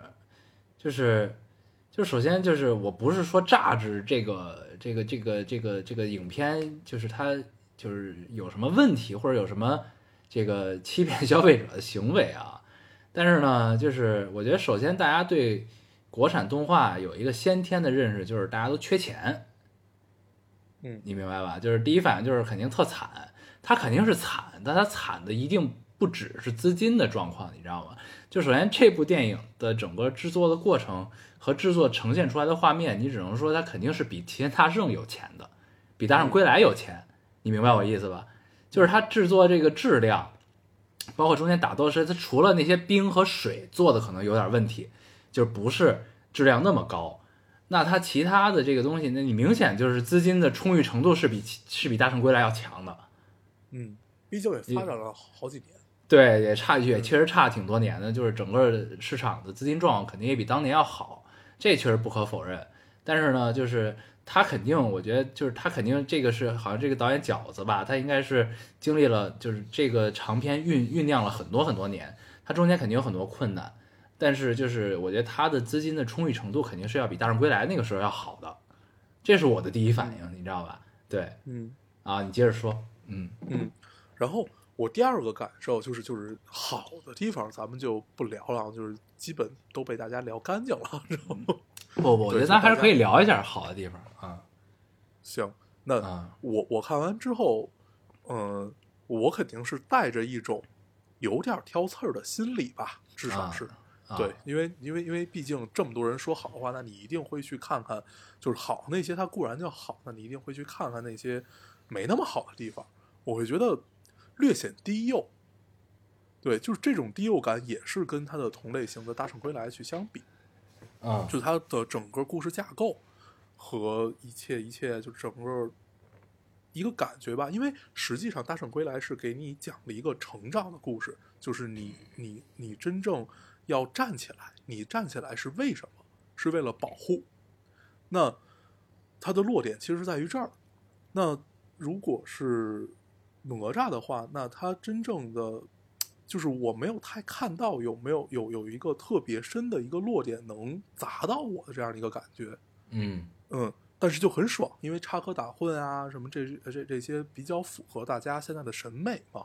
首先就是我不是说榨汁这个影片，就是它就是有什么问题或者有什么这个欺骗消费者的行为啊，但是呢，就是我觉得首先大家对国产动画有一个先天的认识，就是大家都缺钱。你明白吧？就是第一反应就是肯定特惨，他肯定是惨，但他惨的一定不只是资金的状况，你知道吗？就首先这部电影的整个制作的过程和制作呈现出来的画面，你只能说它肯定是比齐天大圣有钱的，比大圣归来有钱，你明白我意思吧？就是他制作这个质量，包括中间打斗时，它除了那些冰和水做的可能有点问题，就是不是质量那么高。那它其他的这个东西，那你明显就是资金的充裕程度是比大圣归来要强的。 毕竟也发展了好几年。 对，也确实差挺多年的，就是整个市场的资金状况肯定也比当年要好，这确实不可否认。但是呢，就是他肯定，我觉得就是他肯定这个是好像这个导演饺子吧，他应该是经历了就是这个长篇酝酿了很多很多年，他中间肯定有很多困难。但是就是我觉得他的资金的充裕程度肯定是要比《大圣归来》那个时候要好的，这是我的第一反应，你知道吧？对，你接着说。 然后我第二个感受就是好的地方咱们就不聊了，就是基本都被大家聊干净了。 不，我觉得咱还是可以聊一下好的地方啊。 行，那我看完之后，我肯定是带着一种有点挑刺儿的心理吧，至少是。对，因为毕竟这么多人说好的话，那你一定会去看看，就是好那些它固然叫好，那你一定会去看看那些没那么好的地方。我会觉得略显低幼，对，就是这种低幼感也是跟它的同类型的《大圣归来》去相比，就它的整个故事架构和一切就整个一个感觉吧。因为实际上《大圣归来》是给你讲了一个成长的故事，就是你真正要站起来，你站起来是为什么？是为了保护。那它的落点其实是在于这儿。那如果是哪吒的话，那它真正的就是我没有太看到有一个特别深的一个落点能砸到我的这样的一个感觉。但是就很爽，因为插科打诨啊什么这些比较符合大家现在的审美嘛。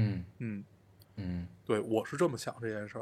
对，我是这么想这件事儿。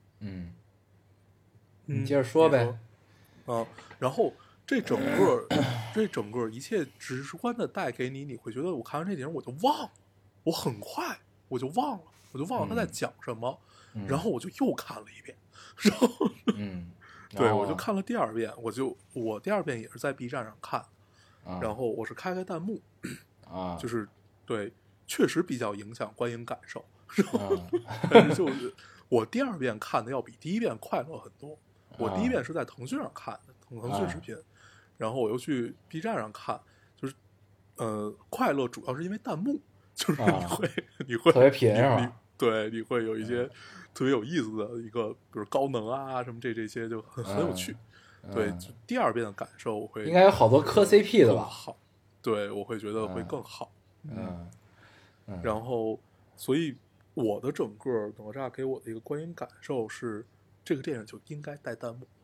你接着说呗。 然后这整个一切直观的带给你，你会觉得我看完这电影我就忘了，我很快我就忘了他在讲什么，然后我就又看了一遍，然后对，我就看了第二遍，我第二遍也是在 B 站上看，然后我是开弹幕就是对，确实比较影响观影感受，但是就是我第二遍看的要比第一遍快乐很多。我第一遍是在腾讯上看的，腾讯视频，然后我又去 B 站上看，就是快乐主要是因为弹幕，就是你会特别贫是吧？ 对，你会有一些特别有意思的一个，比如高能啊什么这些就很有趣。对，就第二遍的感受我会应该有好多磕 CP 的吧？ 好，对，我会觉得会更好。然后所以我的整个哪吒给我的一个观影感受是，这个电影就应该带弹幕。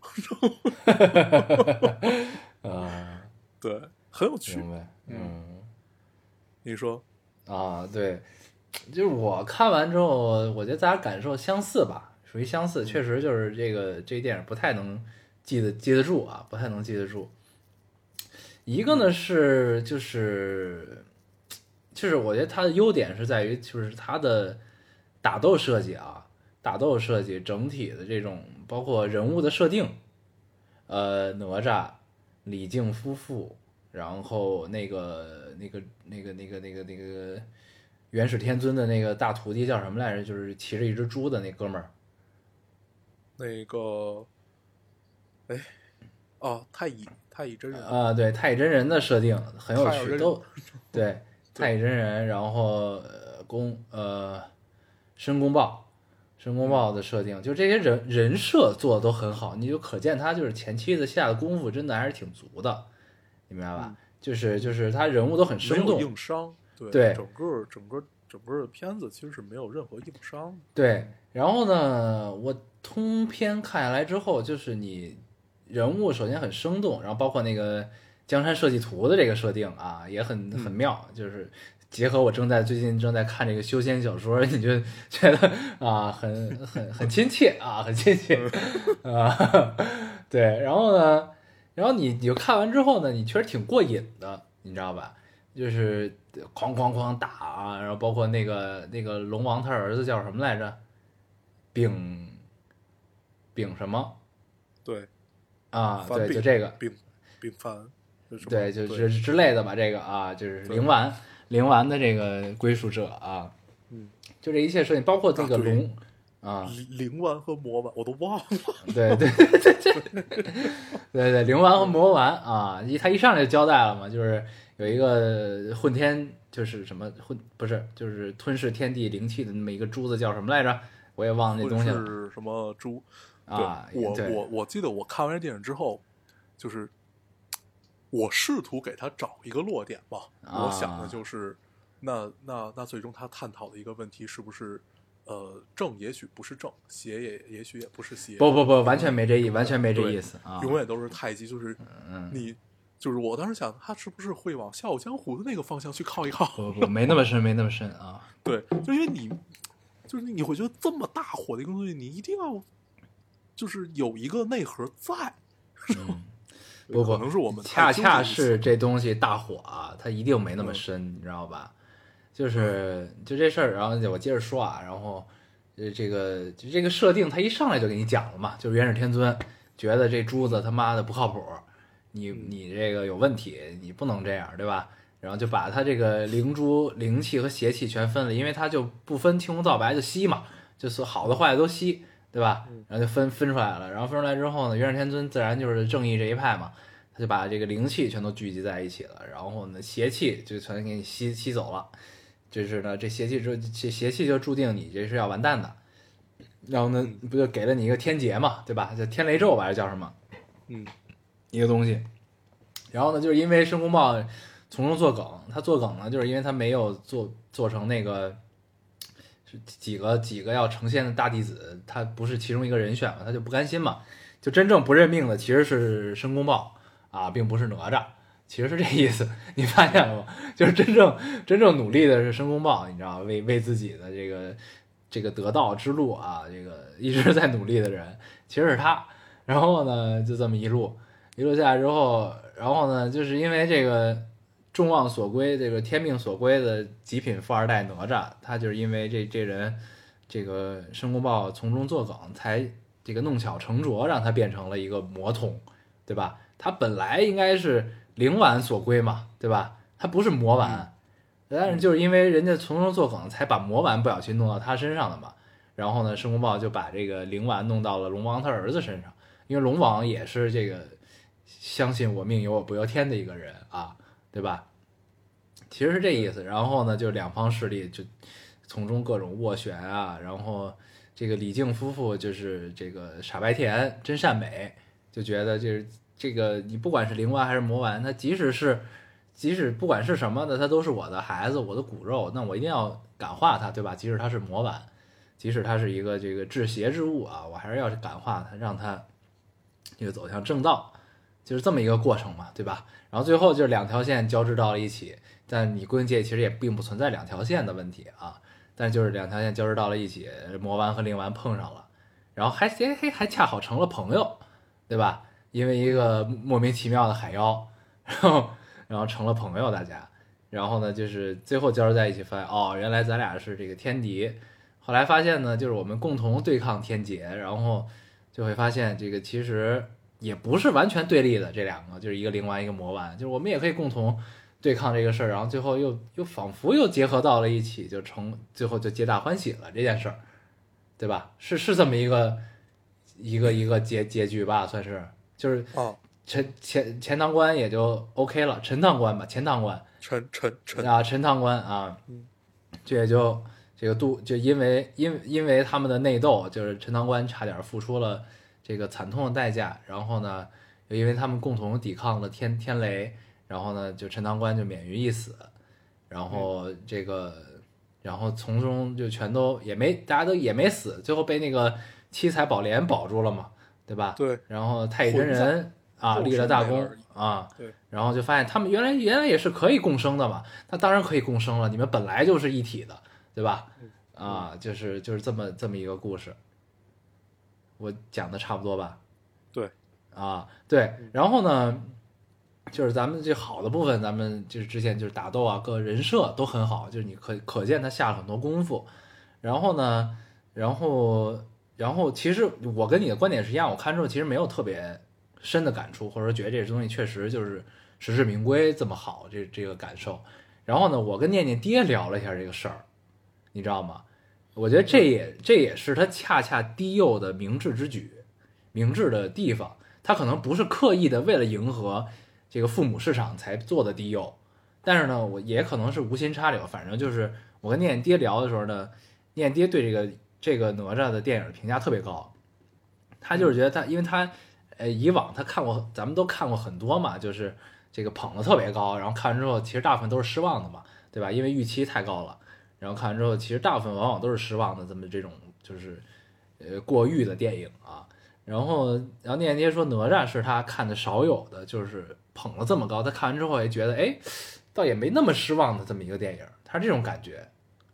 对，很有趣。你说对，就是我看完之后，我觉得咱俩感受相似吧，属于相似，确实就是这电影不太能记得住啊，不太能记得住。一个呢是就是我觉得它的优点是在于就是它的打斗设计整体的这种包括人物的设定，哪吒、李靖夫妇，然后那个元始天尊的那个大徒弟叫什么来着？就是骑着一只猪的那哥们儿， 那个，哎，哦，太乙真人啊，对，太乙真人的设定很有趣，都对太乙真人，然后申公豹。申公豹的设定，就这些人设做的都很好，你就可见他就是前期的下的功夫真的还是挺足的，你明白吧？就是他人物都很生动， 没有硬伤， 对， 整个的片子其实是没有任何硬伤的。 对，然后呢，我通篇看下来之后，就是你人物首先很生动，然后包括那个江山设计图的这个设定啊，也很妙，就是结合我最近正在看这个修仙小说，你就觉得啊，很亲切啊，很亲切啊，对，然后呢，然后你就看完之后呢，你确实挺过瘾的，你知道吧？就是哐哐哐打啊，然后包括那个龙王他儿子叫什么来着？丙什么？ 对啊，对，就这个丙凡， 对，就是之类的吧。这个啊，就是灵丸的这个归属者啊，就这一切事情，包括这个龙啊， 灵丸和魔丸我都忘了。 对，灵丸和魔丸啊，他一上来就交代了嘛，就是有一个混天，就是什么不是，就是吞噬天地灵气的那么一个珠子，叫什么来着？我也忘了那东西了。 是什么珠啊？ 我记得我看完电影之后，就是我试图给他找一个落点嘛。我想的就是，那最终他探讨的一个问题是不是？正也许不是正，邪也许也不是邪。 不，完全没这意思啊！ 永远都是太极，就是你，就是我当时想，他是不是会往《笑傲江湖》的那个方向去靠一靠？ 不，没那么深啊。 对，就因为你会觉得这么大火的一个东西，你一定要就是有一个内核在。 不， 可能是我们恰是这东西大火啊，它一定没那么深，你知道吧？就这事儿，然后我接着说啊，然后这个设定，他一上来就给你讲了嘛，就是元始天尊觉得这珠子他妈的不靠谱，你这个有问题，你不能这样，对吧？然后就把他这个灵珠灵气和邪气全分了，因为他就不分青红皂白就吸嘛，就是好的坏的都吸，对吧？然后就分出来了，然后分出来之后呢，元始天尊自然就是正义这一派嘛，他就把这个灵气全都聚集在一起了，然后呢邪气就全给你吸走了。就是呢，这邪气就注定你这是要完蛋的，然后呢，不就给了你一个天劫嘛，对吧？叫天雷咒吧，还是叫什么？一个东西。然后呢，就是因为申公豹从中作梗，他作梗呢，就是因为他没有做成那个几个要成仙的大弟子，他不是其中一个人选嘛，他就不甘心嘛，就真正不认命的其实是申公豹啊，并不是哪吒。其实是这意思，你发现了吗？就是真正努力的是申公豹，你知道吗？为自己的这个得道之路啊，这个一直在努力的人，其实是他。然后呢，就这么一路下来之后，然后呢，就是因为这个众望所归，这个天命所归的极品富二代哪吒，他就是因为这人，这个申公豹从中作梗，才这个弄巧成拙，让他变成了一个魔童，对吧？他本来应该是灵丸所归嘛，对吧？他不是魔丸，但是就是因为人家从中作梗，才把魔丸不小心弄到他身上的嘛。然后呢，申公豹就把这个灵丸弄到了龙王他儿子身上，因为龙王也是这个相信我命由我不由天的一个人啊，对吧？其实是这意思。然后呢，就两方势力就从中各种斡旋啊，然后这个李靖夫妇就是这个傻白甜真善美，就觉得就是这个你不管是灵丸还是魔丸，它即使不管是什么的，它都是我的孩子，我的骨肉，那我一定要感化它，对吧？即使它是魔丸，即使它是一个这个治邪之物啊，我还是要感化它，让它这个走向正道，就是这么一个过程嘛，对吧？然后最后就是两条线交织到了一起，但你归界其实也并不存在两条线的问题啊，但就是两条线交织到了一起，魔丸和灵丸碰上了，然后还恰好成了朋友，对吧？因为一个莫名其妙的海妖，然后成了朋友，大家，然后呢，就是最后交织在一起，发现哦，原来咱俩是这个天敌。后来发现呢，就是我们共同对抗天劫，然后就会发现这个其实也不是完全对立的，这两个就是一个灵丸，一个魔丸，就是我们也可以共同对抗这个事儿，然后最后又仿佛又结合到了一起，最后就皆大欢喜了这件事儿，对吧？是这么一个一个结局吧，算是就是哦， 钱塘关也就 OK 了，陈塘关吧，钱塘关陈塘关啊，这也就这个就因为他们的内斗，就是陈塘关差点付出了这个惨痛的代价，然后呢，又因为他们共同抵抗了天雷，然后呢，就陈塘关就免于一死，然后这个，然后从中就全都大家都也没死，最后被那个七彩宝莲保住了嘛，对吧？ 对， 然后太乙真人立了大功啊， 对， 然后就发现他们原来也是可以共生的嘛，那当然可以共生了，你们本来就是一体的，对吧？就是这么一个故事，我讲的差不多吧？ 对， 对，然后呢，就是咱们这好的部分，咱们就是之前就是打斗啊，各人设都很好，就是你可见他下了很多功夫。然后呢，然后其实我跟你的观点是一样，我看之后其实没有特别深的感触，或者说觉得这东西确实就是实至名归这么好，这个感受。然后呢，我跟念念爹聊了一下这个事儿，你知道吗？我觉得这也是他恰恰低幼的明智之举，明智的地方。他可能不是刻意的为了迎合这个父母市场才做的低幼，但是呢，我也可能是无心插柳。反正就是我跟念念爹聊的时候呢，念念爹对这个哪吒的电影评价特别高，他就是觉得因为他以往他看过，咱们都看过很多嘛，就是这个捧的特别高，然后看完之后其实大部分都是失望的嘛，对吧？因为预期太高了，然后看完之后其实大部分往往都是失望的，这种就是过誉的电影啊。然后念念爹说哪吒是他看的少有的，就是捧了这么高，他看完之后也觉得倒也没那么失望的这么一个电影，他是这种感觉。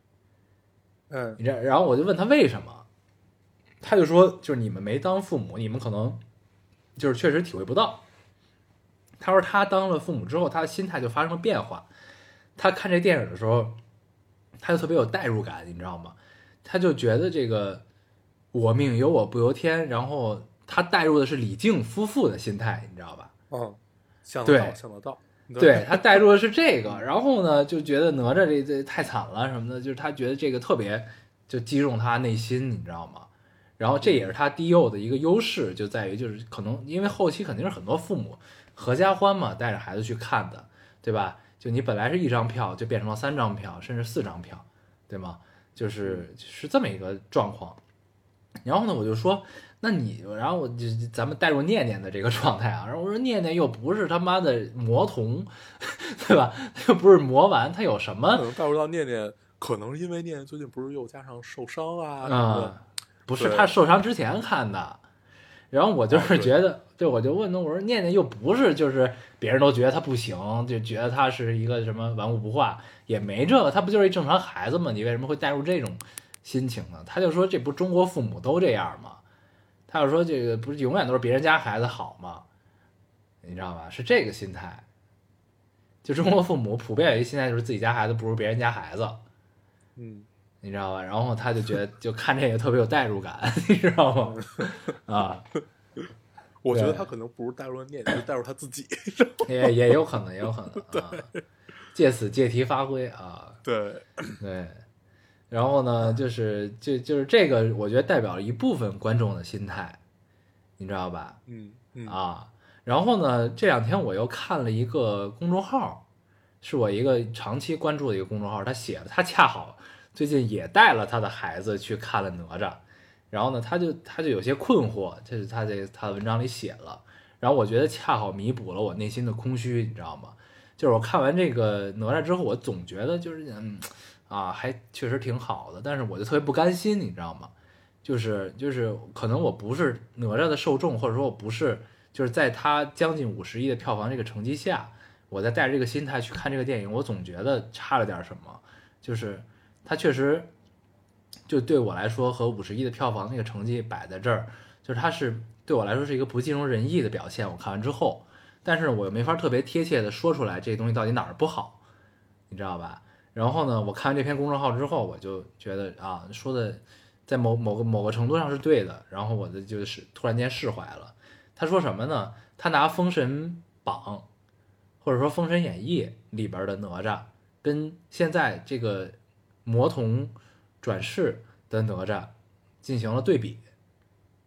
然后我就问他为什么，他就说就是你们没当父母，你们可能就是确实体会不到。他说他当了父母之后，他的心态就发生了变化。他看这电影的时候，他就特别有代入感，你知道吗？他就觉得这个我命由我不由天，然后他带入的是李靖夫妇的心态，你知道吧？ 想得到， 对，他带入的是这个，然后呢就觉得哪吒这太惨了什么的，就是他觉得这个特别就击中他内心，你知道吗？然后这也是他低幼的一个优势，就在于就是可能因为后期肯定是很多父母合家欢嘛，带着孩子去看的，对吧？就你本来是1张票，就变成了3张票，甚至4张票，对吗？是这么一个状况。然后呢，我就说，那你，然后咱们带入念念的这个状态啊，然后我说念念又不是他妈的魔童，对吧？又不是魔丸，他有什么？ 可能带入到念念，可能因为念念最近不是又加上受伤啊什么的， 不是他受伤之前看的。然后我就是觉得，我就问他，我说念念又不是就是别人都觉得他不行，就觉得他是一个什么顽固不化，也没这个，他不就是一正常孩子吗？你为什么会带入这种心情呢？他就说这不中国父母都这样吗？他就说这个不是永远都是别人家孩子好吗？你知道吧？是这个心态。就中国父母普遍有一心态就是自己家孩子不如别人家孩子，你知道吧？然后他就觉得就看这个特别有代入感，你知道吗？ 我觉得他可能不是带入念念，就带入他自己， 也有可能，也有可能啊。借此借题发挥啊。对。然后呢，就是这个，我觉得代表了一部分观众的心态，你知道吧？然后呢，这2天我又看了一个公众号，是我一个长期关注的一个公众号，他写了，他恰好最近也带了他的孩子去看了哪吒，然后呢，他就有些困惑，这是他的文章里写了，然后我觉得恰好弥补了我内心的空虚，你知道吗？就是我看完这个哪吒之后，我总觉得就是还确实挺好的，但是我就特别不甘心，你知道吗？就是可能我不是哪吒的受众，或者说我不是就是在他将近50亿的票房这个成绩下，我在带着这个心态去看这个电影，我总觉得差了点什么，就是他确实就对我来说和50亿的票房那个成绩摆在这儿，就是他是对我来说是一个不尽如人意的表现。我看完之后，但是我又没法特别贴切的说出来这东西到底哪儿不好，你知道吧？然后呢，我看完这篇公众号之后，我就觉得说的在某个程度上是对的，然后我就是突然间释怀了。他说什么呢？他拿《封神榜》或者说《封神演义》里边的哪吒跟现在这个魔童转世的哪吒进行了对比，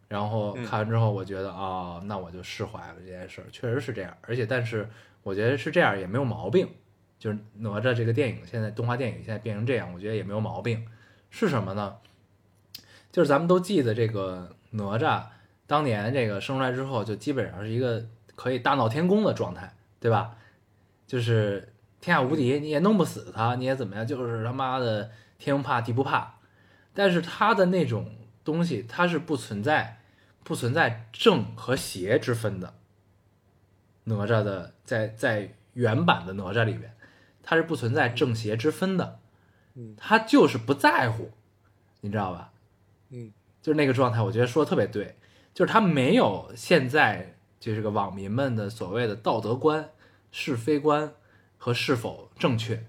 然后看完之后，我觉得哦，那我就释怀了这件事儿，确实是这样。而且，但是我觉得是这样也没有毛病，就是哪吒这个电影现在动画电影现在变成这样，我觉得也没有毛病。是什么呢？就是咱们都记得这个哪吒当年这个生出来之后，就基本上是一个可以大闹天宫的状态，对吧？就是天下无敌，你也弄不死他，你也怎么样，就是他妈的天不怕地不怕。但是他的那种东西，它是不存在正和邪之分的。哪吒的在原版的哪吒里边，它是不存在正邪之分的，他就是不在乎，你知道吧？就是那个状态，我觉得说的特别对，就是他没有现在就是个网民们的所谓的道德观、是非观和是否正确，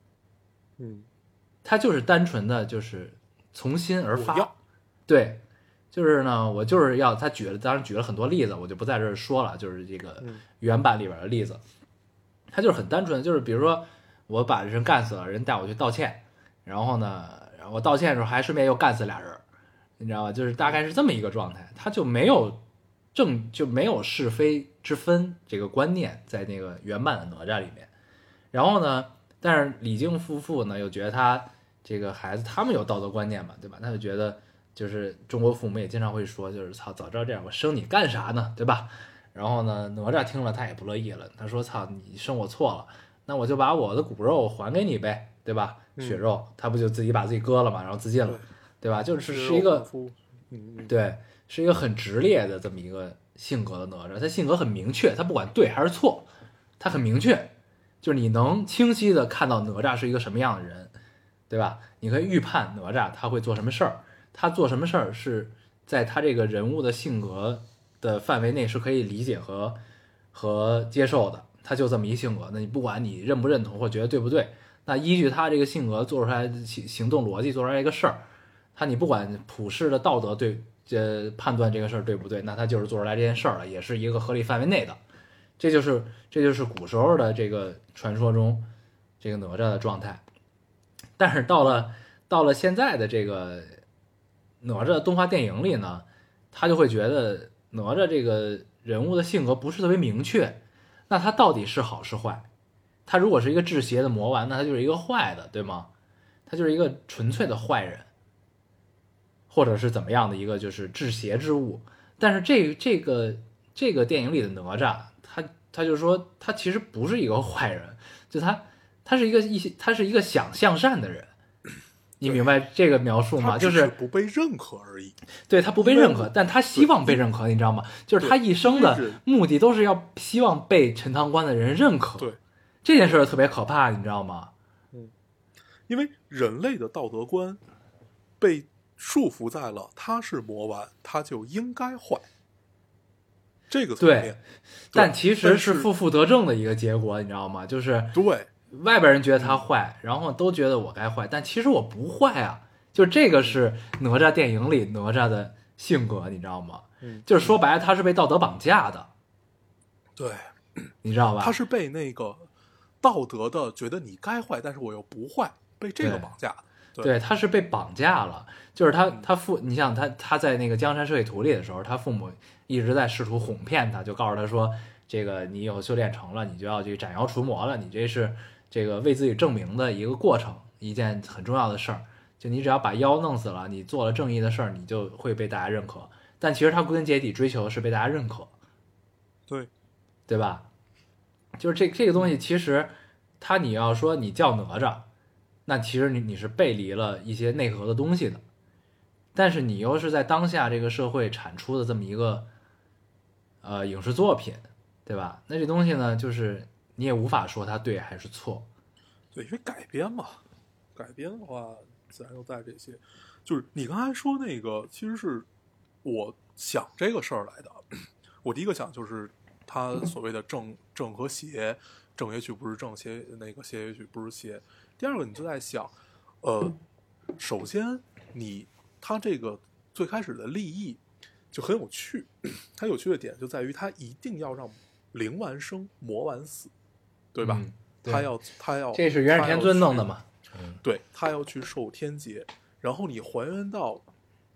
他就是单纯的就是从心而发，对，就是呢，我就是要他当然举了很多例子，我就不在这儿说了，就是这个原版里边的例子，他就是很单纯，就是比如说我把人干死了，人带我去道歉，然后呢，我道歉的时候还顺便又干死俩人。你知道吧？就是大概是这么一个状态，他就没有是非之分这个观念在那个原版的哪吒里面。然后呢，但是李靖夫妇呢又觉得他这个孩子他们有道德观念嘛，对吧？他就觉得就是中国父母也经常会说，就是操，早知道这样我生你干啥呢，对吧？然后呢，哪吒听了他也不乐意了，他说操，你生我错了，那我就把我的骨肉还给你呗，对吧？血肉他不就自己把自己割了嘛，然后自尽了。对吧？就是一个，对，是一个很直烈的这么一个性格的哪吒，他性格很明确，他不管对还是错，他很明确，就是你能清晰的看到哪吒是一个什么样的人，对吧？你可以预判哪吒他会做什么事儿，他做什么事儿是在他这个人物的性格的范围内是可以理解和接受的，他就这么一性格，那你不管你认不认同或觉得对不对，那依据他这个性格做出来的行动逻辑做出来一个事儿。你不管普世的道德对判断这个事儿对不对，那他就是做出来这件事儿了，也是一个合理范围内的。这就是古时候的这个传说中这个哪吒的状态。但是到了现在的这个哪吒动画电影里呢，他就会觉得哪吒这个人物的性格不是特别明确，那他到底是好是坏？他如果是一个治邪的魔丸，那他就是一个坏的，对吗？他就是一个纯粹的坏人。或者是怎么样的一个就是治邪之物，但是这个电影里的哪吒，他就说他其实不是一个坏人，就他是一个想向善的人，你明白这个描述吗？就是不被认可而已。 对，他不被认可，但他希望被认可，你知道吗？就是他一生的目的都是要希望被陈塘关的人认可。 对， 这件事特别可怕，你知道吗？ 因为人类的道德观被束缚在了他是魔丸，他就应该坏。这个层面，对， 但其实是负负得正的一个结果，你知道吗？就是对外边人觉得他坏，然后都觉得我该坏，但其实我不坏啊。就这个是哪吒电影里哪吒的性格，你知道吗？就是说白了，他是被道德绑架的。 对， 你知道吧？ 他是被那个道德的觉得你该坏，但是我又不坏，被这个绑架的。 对，他是被绑架了，就是你像他在那个江山社稷图里的时候，他父母一直在试图哄骗他，就告诉他说，这个你以后修炼成了，你就要去斩妖除魔了，你这是这个为自己证明的一个过程，一件很重要的事儿，就你只要把妖弄死了，你做了正义的事儿，你就会被大家认可。但其实他归根结底追求的是被大家认可，对吧？就是这个东西，其实你要说你叫哪吒。那其实你是背离了一些内核的东西的，但是你又是在当下这个社会产出的这么一个影视作品，对吧？那这东西呢，就是你也无法说它对还是错。 对，因为改编嘛，改编的话自然又在这些，就是你刚才说那个，其实是我想这个事儿来的。我第一个想就是他所谓的正和邪，正也许不是正，邪也许不是邪。第二个，你就在想，首先他这个最开始的立意就很有趣，它有趣的点就在于他一定要让灵丸生，魔丸死，对吧？ 对， 他要， 这是元始天尊弄的嘛？ 对，他要去受天劫，然后你还原到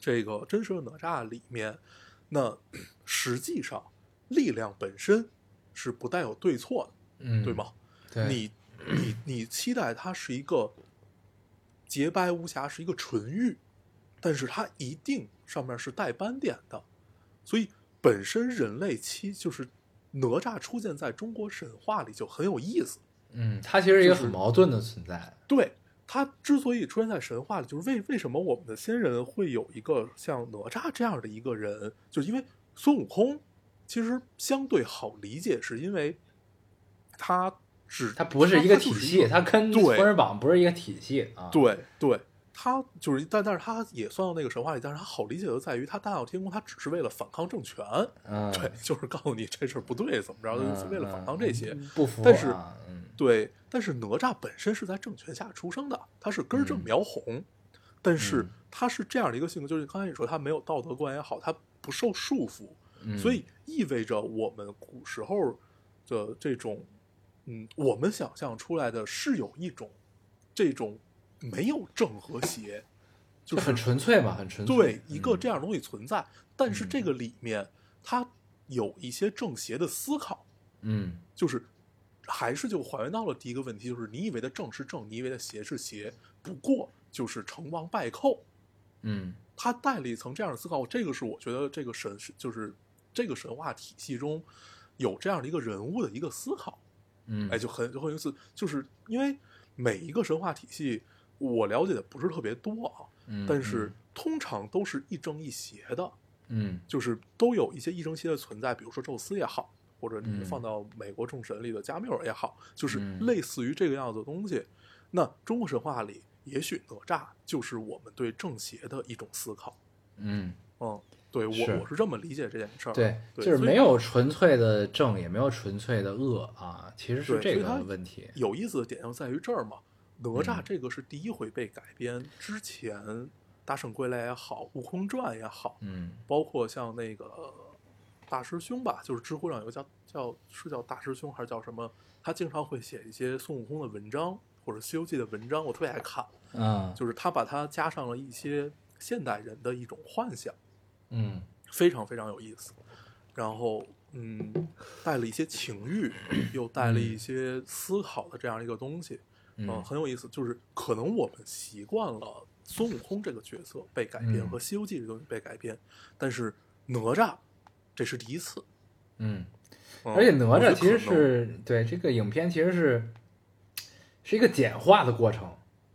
这个真实的哪吒里面，那实际上力量本身是不带有对错的，对吗？ 对， 你期待它是一个洁白无瑕，是一个纯玉，但是它一定上面是带斑点的，所以本身人类就是哪吒出现在中国神话里就很有意思。 它其实是一个很矛盾的存在。 对，它之所以出现在神话里，就是为什么我们的先人会有一个像哪吒这样的一个人，就是因为孙悟空其实相对好理解，是因为他不是一个体系，它跟封神榜不是一个体系啊。 对对，他就是，但是他也算到那个神话里，但是他好理解的在于，他大闹天宫，他只是为了反抗政权，对，就是告诉你这事儿不对，怎么着，就是为了反抗这些， 不服。 但是，对，但是哪吒本身是在政权下出生的，他是根正苗红，但是他是这样的一个性格，就是刚才你说他没有道德观也好，他不受束缚，所以意味着我们古时候的这种，我们想象出来的是有一种这种没有正和邪，就是很纯粹嘛，很纯粹。 对，一个这样的东西存在，但是这个里面它有一些正邪的思考，就是还是就还原到了第一个问题，就是你以为的正是正，你以为的邪是邪，不过就是成王败寇。他带了一层这样的思考，这个是我觉得这个就是这个神话体系中有这样的一个人物的一个思考。就很有意思，就是因为每一个神话体系我了解的不是特别多啊，但是通常都是亦正亦邪的，就是都有一些亦正邪的存在，比如说宙斯也好，或者你放到美国众神里的加缪尔也好，就是类似于这个样子的东西。那中国神话里，也许哪吒就是我们对正邪的一种思考。对，我是这么理解这件事儿。 对，就是没有纯粹的正，也没有纯粹的恶啊，其实是这个问题。 有意思的点就在于这儿嘛，哪吒这个是第一回被改编，之前《大圣归来》也好，《悟空传》也好，包括像那个大师兄吧，就是知乎上有个叫大师兄还是叫什么，他经常会写一些孙悟空的文章或者《西游记》的文章，我特别爱看。就是他把它加上了一些现代人的一种幻想。非常非常有意思，然后带了一些情欲，又带了一些思考的这样一个东西，很有意思。就是可能我们习惯了孙悟空这个角色被改编和《西游记》这个东西被改编，但是哪吒这是第一次。 而且哪吒其实是对这个影片其实是一个简化的过程。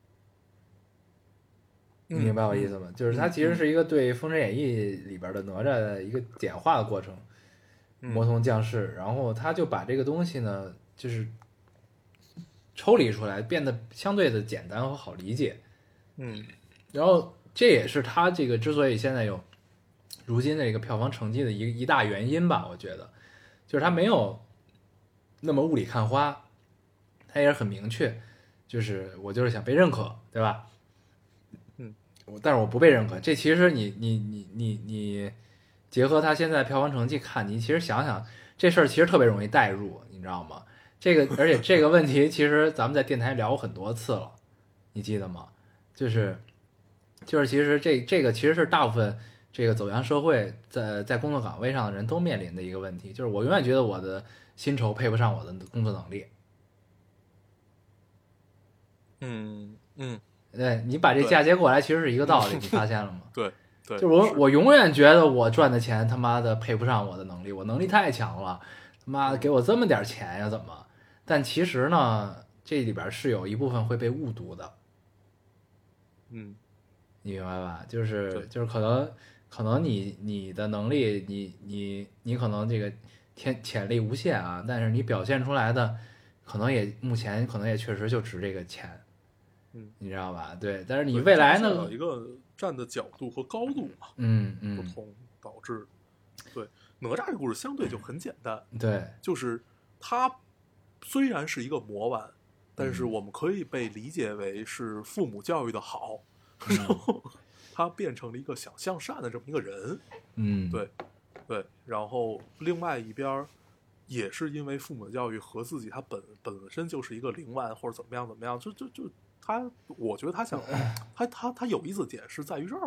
你明白我意思吗？就是它其实是一个对《封神演义》里边的哪吒的一个简化的过程，魔童降世，然后他就把这个东西呢，就是抽离出来，变得相对的简单和好理解。然后这也是他这个之所以现在有如今的这个票房成绩的一大原因吧，我觉得，就是他没有那么雾里看花，他也是很明确，就是我就是想被认可，对吧？但是我不被认可，这其实你结合他现在票房成绩看，你其实想想这事儿其实特别容易代入，你知道吗？而且这个问题其实咱们在电台聊过很多次了，你记得吗？就是其实这个其实是大部分这个走向社会在工作岗位上的人都面临的一个问题，就是我永远觉得我的薪酬配不上我的工作能力。对，你把这嫁接过来，其实是一个道理，你发现了吗？ 对， 就我永远觉得我赚的钱他妈的配不上我的能力，我能力太强了，他妈的给我这么点钱呀，怎么？但其实呢，这里边是有一部分会被误读的。你明白吧？就是可能你的能力，你可能这个潜力无限啊，但是你表现出来的可能目前可能也确实就值这个钱。你知道吧？对，但是你未来呢？ 有一个站的角度和高度嘛，不同导致。对，哪吒这个故事相对就很简单。 对， 就是它虽然是一个魔丸，但是我们可以被理解为是父母教育的好，然后他变成了一个想向善的这么一个人。对，然后另外一边也是因为父母的教育和自己他本身就是一个灵丸或者怎么样，就我觉得他想他有意思的点是在于这儿，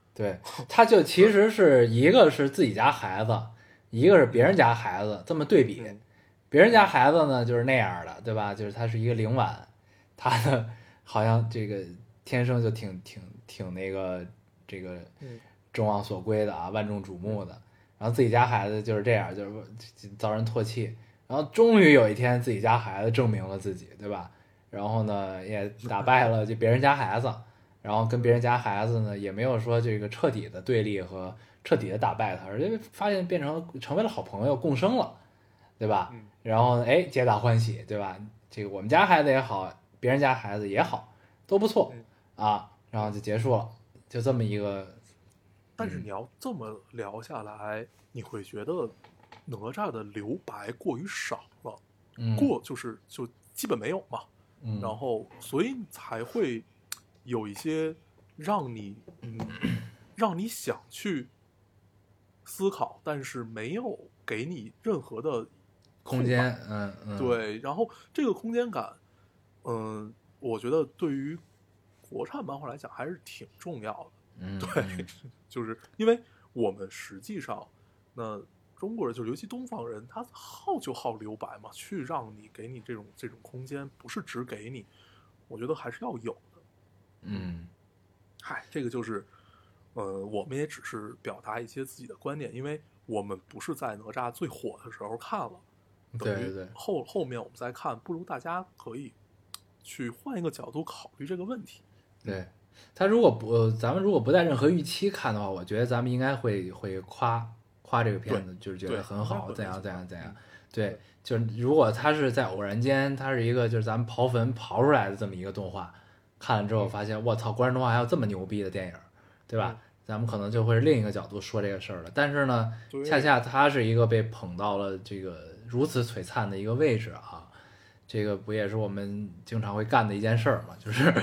对，他就其实是一个是自己家孩子，一个是别人家孩子，这么对比，别人家孩子呢就是那样的，对吧？就是他是一个灵婉，他呢好像这个天生就挺那个这个众望所归的啊，万众瞩目的。然后自己家孩子就是这样，就是遭人唾弃。然后终于有一天，自己家孩子证明了自己，对吧？然后呢，也打败了就别人家孩子，然后跟别人家孩子呢也没有说这个彻底的对立和彻底的打败他，而且发现成为了好朋友，共生了，对吧？然后哎，皆大欢喜，对吧？这个我们家孩子也好，别人家孩子也好，都不错啊，然后就结束了，就这么一个。 但是你要这么聊下来，你会觉得哪吒的留白过于少了，就基本没有嘛，然后所以才会有一些让你让你想去思考，但是没有给你任何的空间， 对，然后这个空间感，我觉得对于国产漫画来讲还是挺重要的。对，就是因为我们实际上，那中国人就尤其东方人，他就好留白嘛，去让你给你这种空间，不是只给你，我觉得还是要有的。嗨，这个就是，我们也只是表达一些自己的观点，因为我们不是在哪吒最火的时候看了，等于后面我们再看，不如大家可以去换一个角度考虑这个问题。 对。他如果不，咱们如果不带任何预期看的话，我觉得咱们应该会夸这个片子，就是觉得很好，怎样。对，就是如果他是在偶然间，他是一个就是咱们刨坟刨出来的这么一个动画，看了之后发现，我操，国产动画还有这么牛逼的电影，对吧？咱们可能就会是另一个角度说这个事儿了。但是呢，恰恰他是一个被捧到了这个如此璀璨的一个位置啊。这个不也是我们经常会干的一件事儿嘛？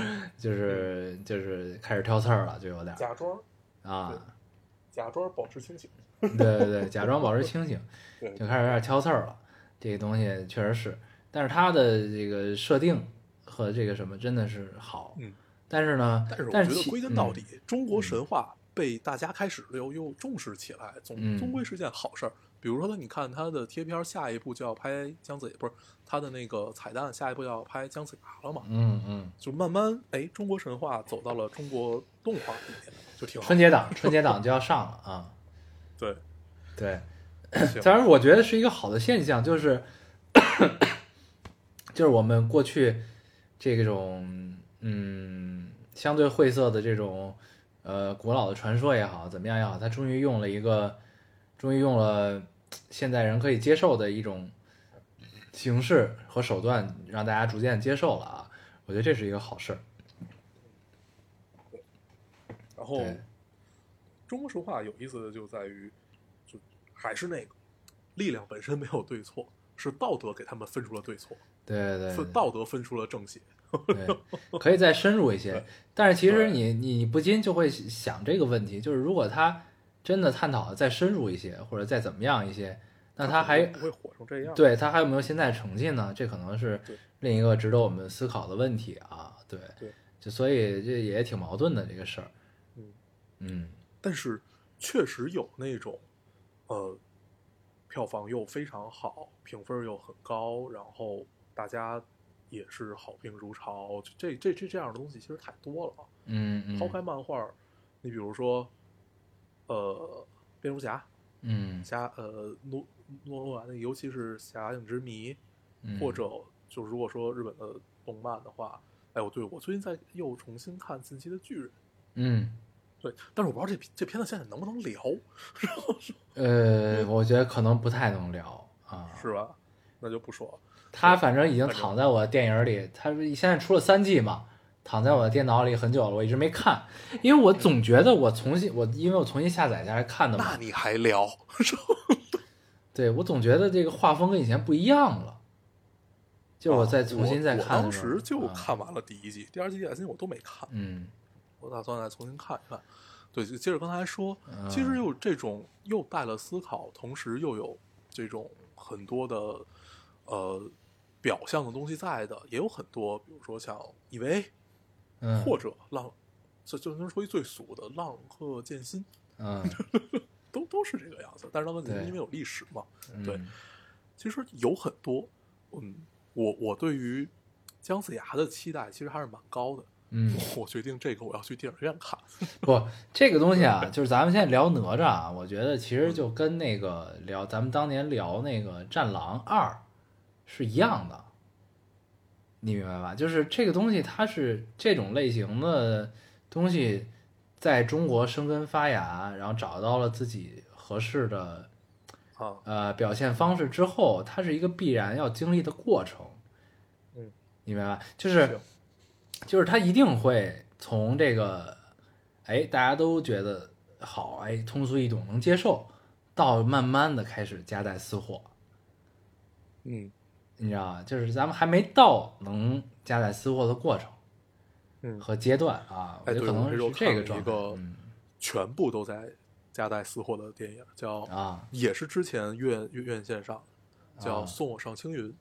就是开始挑刺儿了，就有点假装啊， 假装保持清醒。 对，假装保持清醒，就开始有点挑刺儿了。这个东西确实是，但是它的这个设定和这个什么真的是好。但是呢， 但是我觉得归根到底，中国神话被大家开始又重视起来，终归是件好事儿。比如说，你看他的贴片，下一步就要拍姜子牙，不是他的那个彩蛋，下一步要拍姜子牙了嘛？就慢慢中国神话走到了中国动画里面，就挺好。 春节档就要上了啊！ 对， 当然我觉得是一个好的现象，就是我们过去这种相对晦涩的这种古老的传说也好，怎么样也好，它终于用了现代人可以接受的一种形式和手段，让大家逐渐接受了啊！我觉得这是一个好事儿。 然后，中国神话有意思的就在于，就还是那个力量本身没有对错，是道德给他们分出了对错。 对， 道德分出了正邪。 对，可以再深入一些。但是其实你不禁就会想这个问题，就是如果他真的探讨的再深入一些，或者再怎么样一些，那他还不会火成这样。 对，他还有没有现在成绩呢？这可能是另一个值得我们思考的问题啊。对，就所以这也挺矛盾的这个事儿。 但是确实有那种票房又非常好，评分又很高，然后大家也是好评如潮，这样的东西其实太多了。抛开漫画，你比如说蝙蝠侠，诺兰的，尤其是《侠影之谜》，或者就如果说日本的动漫的话，我最近又重新看《进击的巨人》。对，但是我不知道这片子现在能不能聊。 我觉得可能不太能聊啊， 是吧？那就不说了。 他反正已经躺在我的电影里，他现在出了3季嘛，躺在我的电脑里很久了，我一直没看，因为我总觉得因为我重新下载下来看的嘛。 那你还聊？ 对，我总觉得这个画风跟以前不一样了。就我再重新再看我当时就看完了第1季，第2季、第3季我都没看。我打算再重新看一看。对，就接着刚才说，其实有这种又带了思考，同时又有这种很多的表象的东西在的，也有很多，比如说像 EVA，或者就能说一最俗的浪客剑心， 嗯， 都是这个样子。但是浪客剑心因为有历史嘛，对，其实有很多，我对于姜子牙的期待其实还是蛮高的。我决定这个我要去电影院看。 不，这个东西啊，就是咱们现在聊哪吒啊，我觉得其实就跟那个咱们当年聊那个《战狼2》是一样的，你明白吧？就是这个东西，它是这种类型的东西，在中国生根发芽，然后找到了自己合适的表现方式之后，它是一个必然要经历的过程。你明白吧？就是他一定会从这个，大家都觉得好，通俗易懂能接受，到慢慢的开始夹带私货。你知道吧？就是咱们还没到能夹带私货的过程，和阶段啊，我觉得可能是这个状态。 全部都在夹带私货的电影叫也是之前院线上叫《送我上青云》。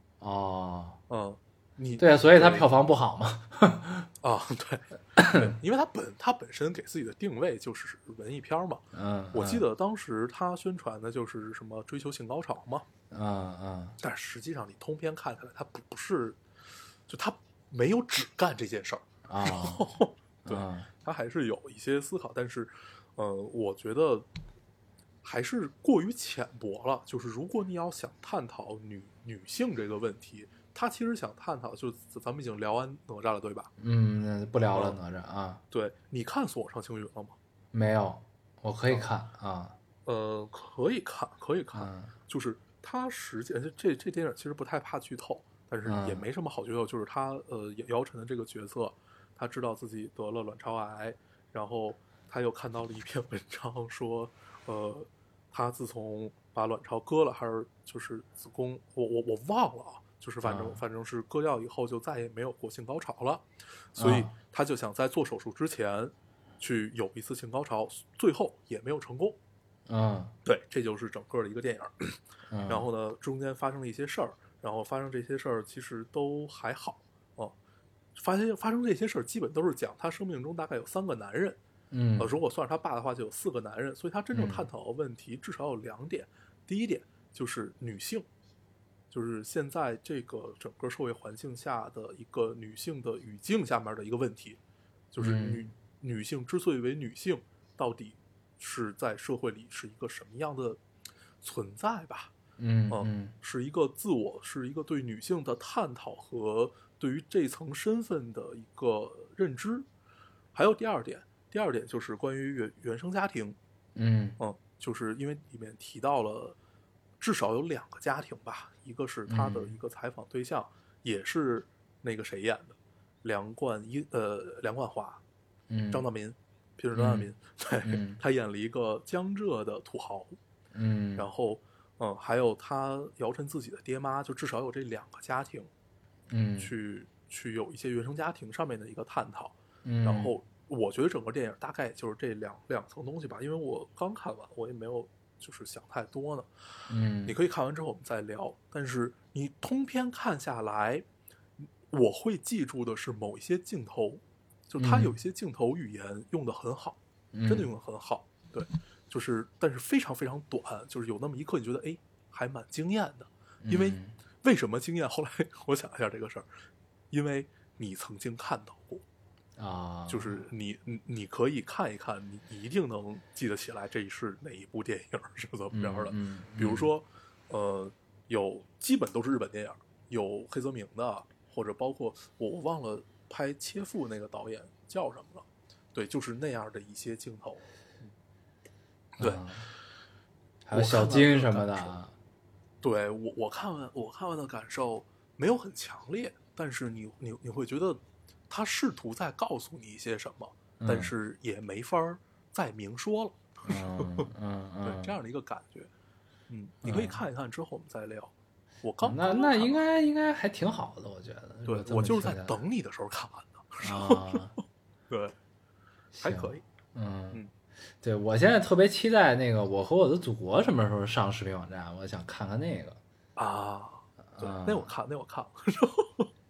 对啊，所以它票房不好嘛。 对，因为它本身给自己的定位就是文艺片嘛。我记得当时他宣传的就是什么追求性高潮嘛。但实际上你通篇看下来，他不是，就他没有只干这件事儿对，他还是有一些思考，但是我觉得还是过于浅薄了。就是如果你要想探讨女性这个问题，他其实想探讨，就咱们已经聊完哪吒了，对吧？ 不聊了哪吒啊。 对，你看《送我上青云》了吗？ 没有，我可以看啊。 可以看，可以看。就是他实际这电影其实不太怕剧透，但是也没什么好剧透。就是他姚晨的这个角色，他知道自己得了卵巢癌，然后他又看到了一篇文章说，他自从把卵巢割了，还是就是子宫，我忘了啊。就是反正是割掉以后就再也没有过性高潮了，所以他就想在做手术之前去有一次性高潮，最后也没有成功。对，这就是整个的一个电影。然后呢，中间发生了一些事儿，然后发生这些事儿其实都还好发生这些事儿基本都是讲他生命中大概有3个男人。如果算是他爸的话，就有4个男人。所以他真正探讨的问题至少有2点。第一点就是女性。就是现在这个整个社会环境下的一个女性的语境下面的一个问题，就是女性之所以为女性，到底是在社会里是一个什么样的存在吧？是一个自我，是一个对女性的探讨和对于这层身份的一个认知。还有第二点就是关于原生家庭。就是因为里面提到了至少有2个家庭吧。一个是他的一个采访对象，也是那个谁演的，梁冠华，张大民，平时张大民，对，他演了一个江浙的土豪。然后还有他姚晨自己的爹妈，就至少有这2个家庭，去有一些原生家庭上面的一个探讨。然后我觉得整个电影大概就是这两层东西吧，因为我刚看完，我也没有就是想太多呢。你可以看完之后我们再聊。但是你通篇看下来，我会记住的是某一些镜头，就他有一些镜头语言用的很好，真的用的很好。对，就是但是非常非常短，就是有那么一刻你觉得还蛮惊艳的。因为什么惊艳？后来我想一下这个事儿，因为你曾经看到过。就是你可以看一看，你一定能记得起来这是哪一部电影是怎么着的。比如说有基本都是日本电影，有黑泽明的，或者包括我忘了拍切腹那个导演叫什么了。对，就是那样的一些镜头。对， 还有小金什么的。 对，我看完的感受没有很强烈，但是你会觉得他试图在告诉你一些什么，但是也没法再明说了。对，这样的一个感觉。你可以看一看，之后我们再聊。我刚那应该还挺好的，我觉得。 对，我就是在等你的时候看完的。对，还可以。 对，我现在特别期待那个《我和我的祖国》什么时候上视频网站，我想看看那个。 对，那我看了。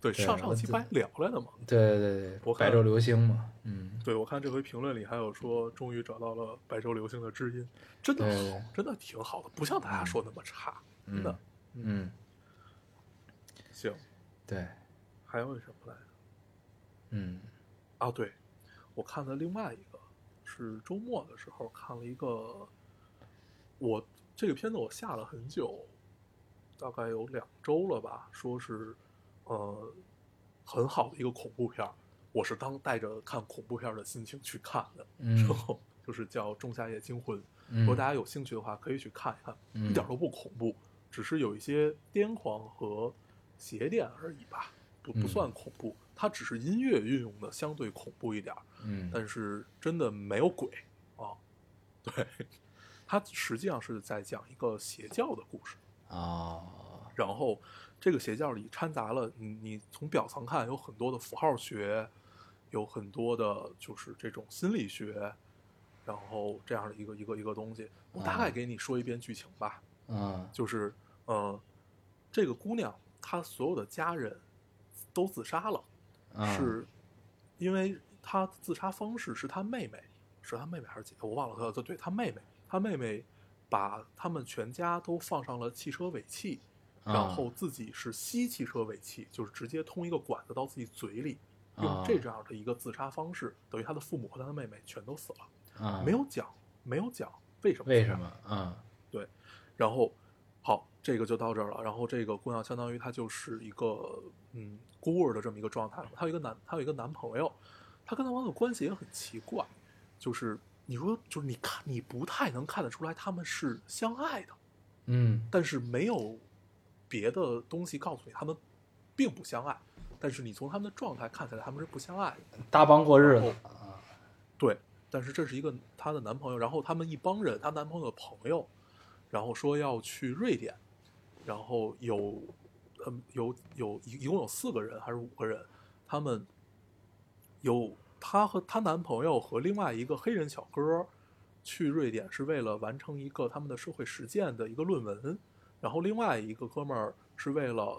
对，上期不还聊来的嘛？ 对对对， 我看白昼流星嘛， 对，我看这回评论里还有说，终于找到了白昼流星的知音，真的好， 对真的挺好的，不像大家说那么差，真的。行， 对， 还有什么来着？ 啊， 对，我看的另外一个是周末的时候看了一个，这个片子我下了很久，大概有2周了吧，说是很好的一个恐怖片，我是带着看恐怖片的心情去看的，然后就是叫《仲夏夜惊魂》，如果大家有兴趣的话可以去看一看，一点都不恐怖，只是有一些癫狂和邪典而已吧，不算恐怖，它只是音乐运用的相对恐怖一点，但是真的没有鬼啊，对，它实际上是在讲一个邪教的故事然后这个邪教里掺杂了你从表层看有很多的符号学，有很多的就是这种心理学，然后这样的一个东西，我大概给你说一遍剧情吧。就是这个姑娘她所有的家人都自杀了，是因为她自杀方式是她妹妹还是姐姐我忘了，对，她妹妹把他们全家都放上了汽车尾气，然后自己是吸汽车尾气，就是直接通一个管子到自己嘴里，用这样的一个自杀方式，等于他的父母和他的妹妹全都死了，没有讲为什么对，然后好，这个就到这儿了。然后这个姑娘相当于她就是一个孤儿的这么一个状态了。她有一个男朋友，她跟男朋友的关系也很奇怪，就是你说就是你不太能看得出来他们是相爱的，但是没有别的东西告诉你他们并不相爱，但是你从他们的状态看起来他们是不相爱的， 搭帮过日子对，但是这是一个她的男朋友，然后他们一帮人，她男朋友的朋友，然后说要去瑞典，然后一共有4个人还是5个人，他们有她和她男朋友和另外一个黑人小哥去瑞典是为了完成一个他们的社会实践的一个论文，然后另外一个哥们儿是为了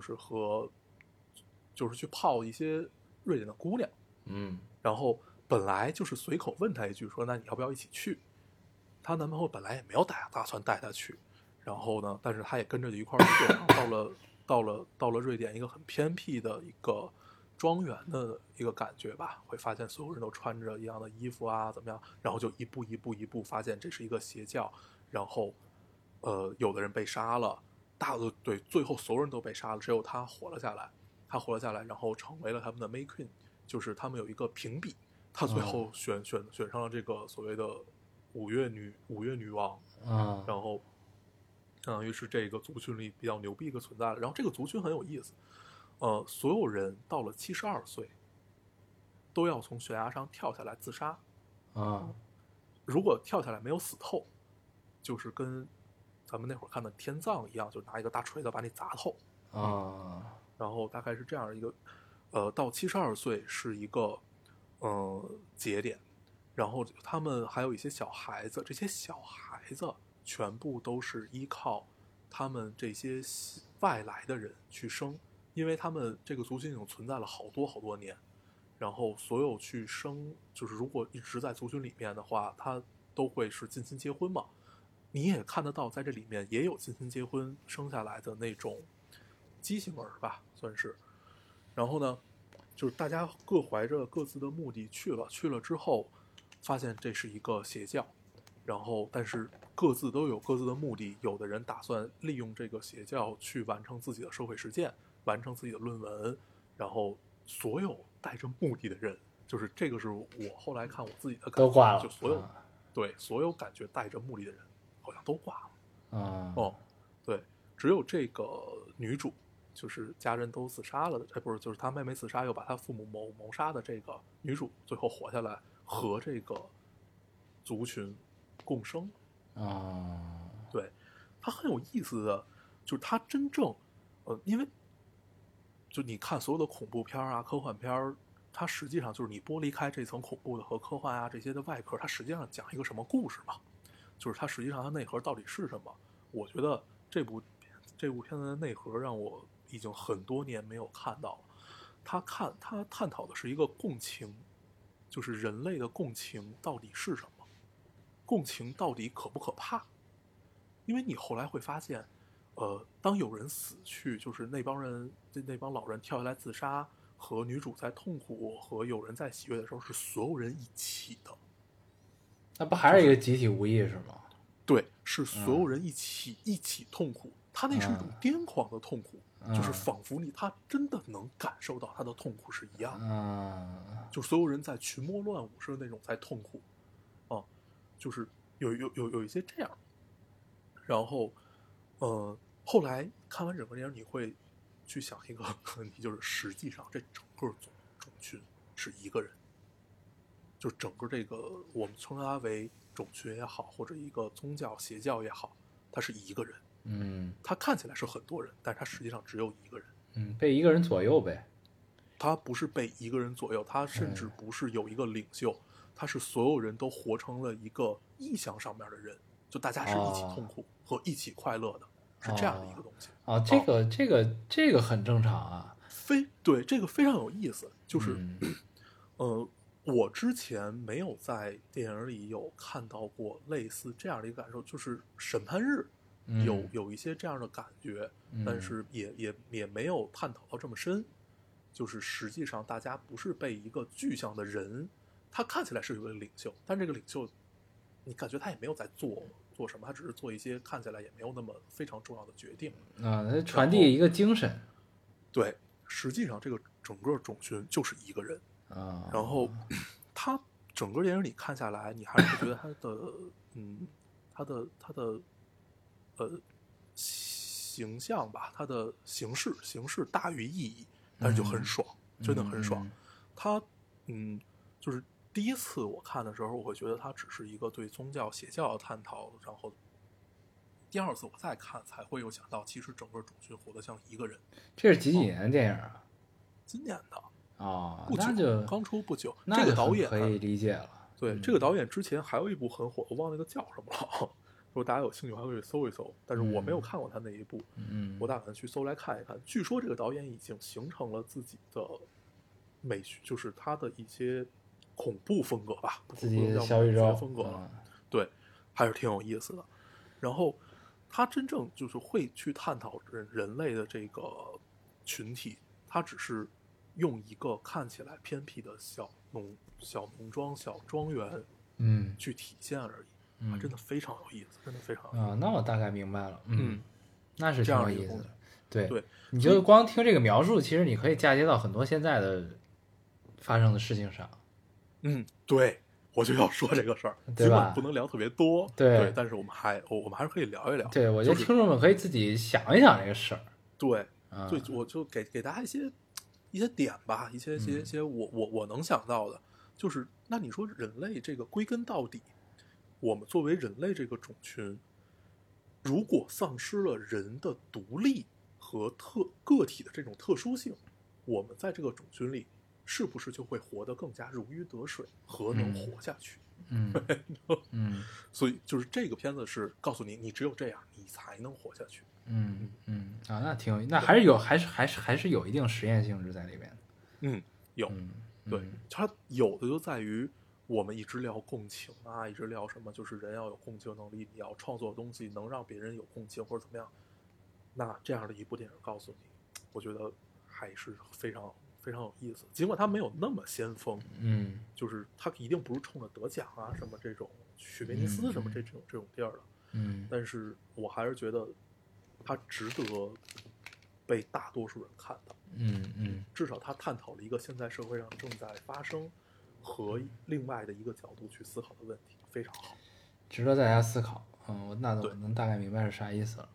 就是去泡一些瑞典的姑娘，然后本来就是随口问她一句说那你要不要一起去，她男朋友本来也没有打算带她去，然后呢但是他也跟着就一块儿去，然后到了瑞典一个很偏僻的一个庄园的一个感觉吧，会发现所有人都穿着一样的衣服啊怎么样，然后就一步发现这是一个邪教，然后有的人被杀了，对，最后所有人都被杀了，只有他活了下来，然后成为了他们的 May Queen， 就是他们有一个评比，他最后选上了这个所谓的五月女王，然后相当于是这个族群里比较牛逼一个存在了。然后这个族群很有意思，所有人到了72岁都要从悬崖上跳下来自杀，如果跳下来没有死透，就是跟咱们那会儿看的天葬一样，就拿一个大锤子把你砸透然后大概是这样一个，到72岁是一个节点，然后他们还有一些小孩子，这些小孩子全部都是依靠他们这些外来的人去生，因为他们这个族群已经存在了好多年，然后所有去生，就是如果一直在族群里面的话，他都会是近亲结婚嘛。你也看得到，在这里面也有近亲结婚生下来的那种畸形儿吧，算是。然后呢，就是大家各怀着各自的目的去了之后，发现这是一个邪教，然后但是各自都有各自的目的，有的人打算利用这个邪教去完成自己的社会实践，完成自己的论文，然后所有带着目的的人，就是这个是我后来看我自己的感觉， 都挂了， 就所有感觉带着目的的人好像都挂了对，只有这个女主，就是家人都自杀了的，不是，就是她妹妹自杀又把她父母谋杀的这个女主，最后活下来和这个族群共生对，她很有意思的，就是她真正因为就你看所有的恐怖片啊、科幻片，它实际上就是你剥离开这层恐怖的和科幻啊这些的外壳，它实际上讲一个什么故事嘛？就是它实际上它内核到底是什么？我觉得这部片子的内核让我已经很多年没有看到了。 他探讨的是一个共情，就是人类的共情到底是什么，共情到底可不可怕？因为你后来会发现，当有人死去，就是那帮老人跳下来自杀，和女主在痛苦，和有人在喜悦的时候，是所有人一起的。 那不还是一个集体无意识吗？ 对，是所有人一起痛苦。他那是一种癫狂的痛苦，就是仿佛他真的能感受到他的痛苦是一样的。就所有人在群魔乱舞似的那种在痛苦，就是有一些这样。然后，后来看完整个电影，你会去想一个问题，就是实际上这整个种群是一个人，就整个这个我们称它为种群也好，或者一个宗教邪教也好，它是一个人。他看起来是很多人，但是他实际上只有一个人。 被一个人左右呗。 他不是被一个人左右，他甚至不是有一个领袖，他是所有人都活成了一个意象上面的人，就大家是一起痛苦和一起快乐的，是这样的一个东西。 这个很正常啊。 对，这个非常有意思，就是，我之前没有在电影里有看到过类似这样的一个感受，就是审判日有一些这样的感觉，但是也没有探讨到这么深。就是实际上大家不是被一个具象的人，他看起来是有个领袖，但这个领袖你感觉他也没有在做什么，他只是做一些看起来也没有那么非常重要的决定他传递一个精神。 对，实际上这个整个种群就是一个人然后他整个电影里看下来，你还是会觉得他的形象吧，他的形式大于意义，但是就很爽，真的很爽。他就是第一次我看的时候，我会觉得它只是一个对宗教邪教的探讨，然后第二次我再看才会有想到，其实整个种群活得像一个人。 这是几年的电影啊？ 今年的不久， 那就刚出不久。 这个导演可以理解了。 对，这个导演之前还有一部很火，我忘了那个叫什么了。如果大家有兴趣，还可以搜一搜。但是我没有看过他那一部，我打算去搜来看一看。据说这个导演已经形成了自己的美学，就是他的一些恐怖风格吧， 自己的小宇宙风格对，还是挺有意思的。然后他真正就是会去探讨人类的这个群体，他只是用一个看起来偏僻的小农庄、小庄园，去体现而已。真的非常有意思，真的非常有意思。 那我大概明白了。那是挺有意思的。 对， 你就光听这个描述，其实你可以嫁接到很多现在的发生的事情上。 对，我就要说这个事儿， 对吧？ 不能聊特别多， 对， 但是我们还是可以聊一聊。 对，我觉得听众们可以自己想一想这个事儿。 对，我就给大家一些点吧，一些我能想到的，就是那你说人类这个归根到底，我们作为人类这个种群，如果丧失了人的独立和个体的这种特殊性，我们在这个种群里是不是就会活得更加如鱼得水，何能活下去？所以就是这个片子是告诉你，你只有这样，你才能活下去。 那挺有，那还是有一定实验性质在里边的。有，对，它有的就在于我们一直聊共情啊，一直聊什么，就是人要有共情能力，你要创作东西能让别人有共情或者怎么样。那这样的一部电影告诉你，我觉得还是非常非常有意思。尽管它没有那么先锋，就是它一定不是冲着得奖啊什么这种雪威尼斯什么这种地儿的，但是我还是觉得它值得被大多数人看到。至少它探讨了一个现在社会上正在发生和另外的一个角度去思考的问题，非常好， 值得大家思考。我能大概明白是啥意思了。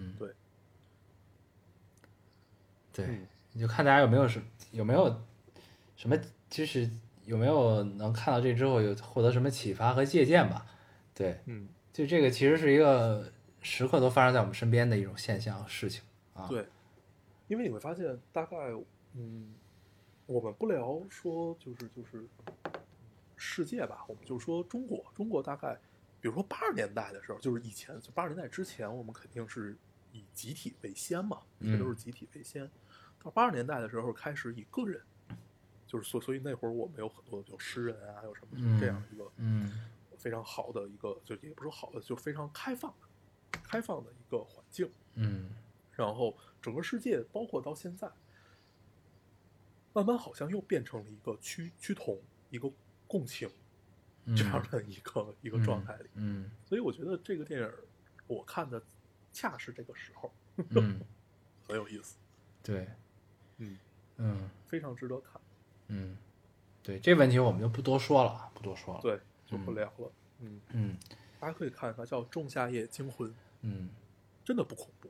对，你就看大家有没有什么，就是有没有能看到这之后有获得什么启发和借鉴吧。对，就这个其实是一个时刻都发生在我们身边的一种现象事情啊。 对，因为你会发现大概我们不聊说就是世界吧，我们就说中国大概比如说80年代的时候，就是以前就80年代之前，我们肯定是以集体为先嘛，一直都是集体为先。 到80年代的时候开始以个人，就是所以那会儿我们有很多有诗人啊，有什么就是这样一个非常好的一个，就也不是好的，就非常开放的一个环境。然后整个世界包括到现在，慢慢好像又变成了一个趋同、一个共情这样的一个状态里。所以我觉得这个电影我看的恰是这个时候，很有意思。 对， 非常值得看。 对，这问题我们就不多说了。 对，就不聊了。大家可以看看，叫《仲夏夜惊魂》。真的不恐怖。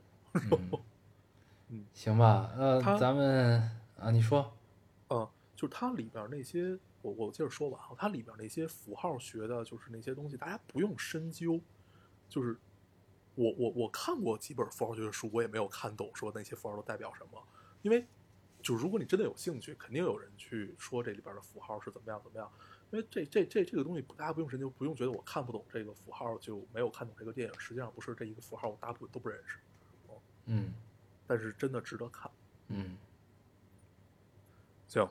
行吧，咱们啊，你说。 就是它里边那些，我接着说吧。它里边那些符号学的，就是那些东西，大家不用深究。就是我看过几本符号学的书，我也没有看懂说那些符号都代表什么。因为就如果你真的有兴趣，肯定有人去说这里边的符号是怎么样。因为这个东西大家不用深究，不用觉得我看不懂这个符号就没有看懂这个电影。实际上不是，这一个符号我大部分都不认识。但是真的值得看。行。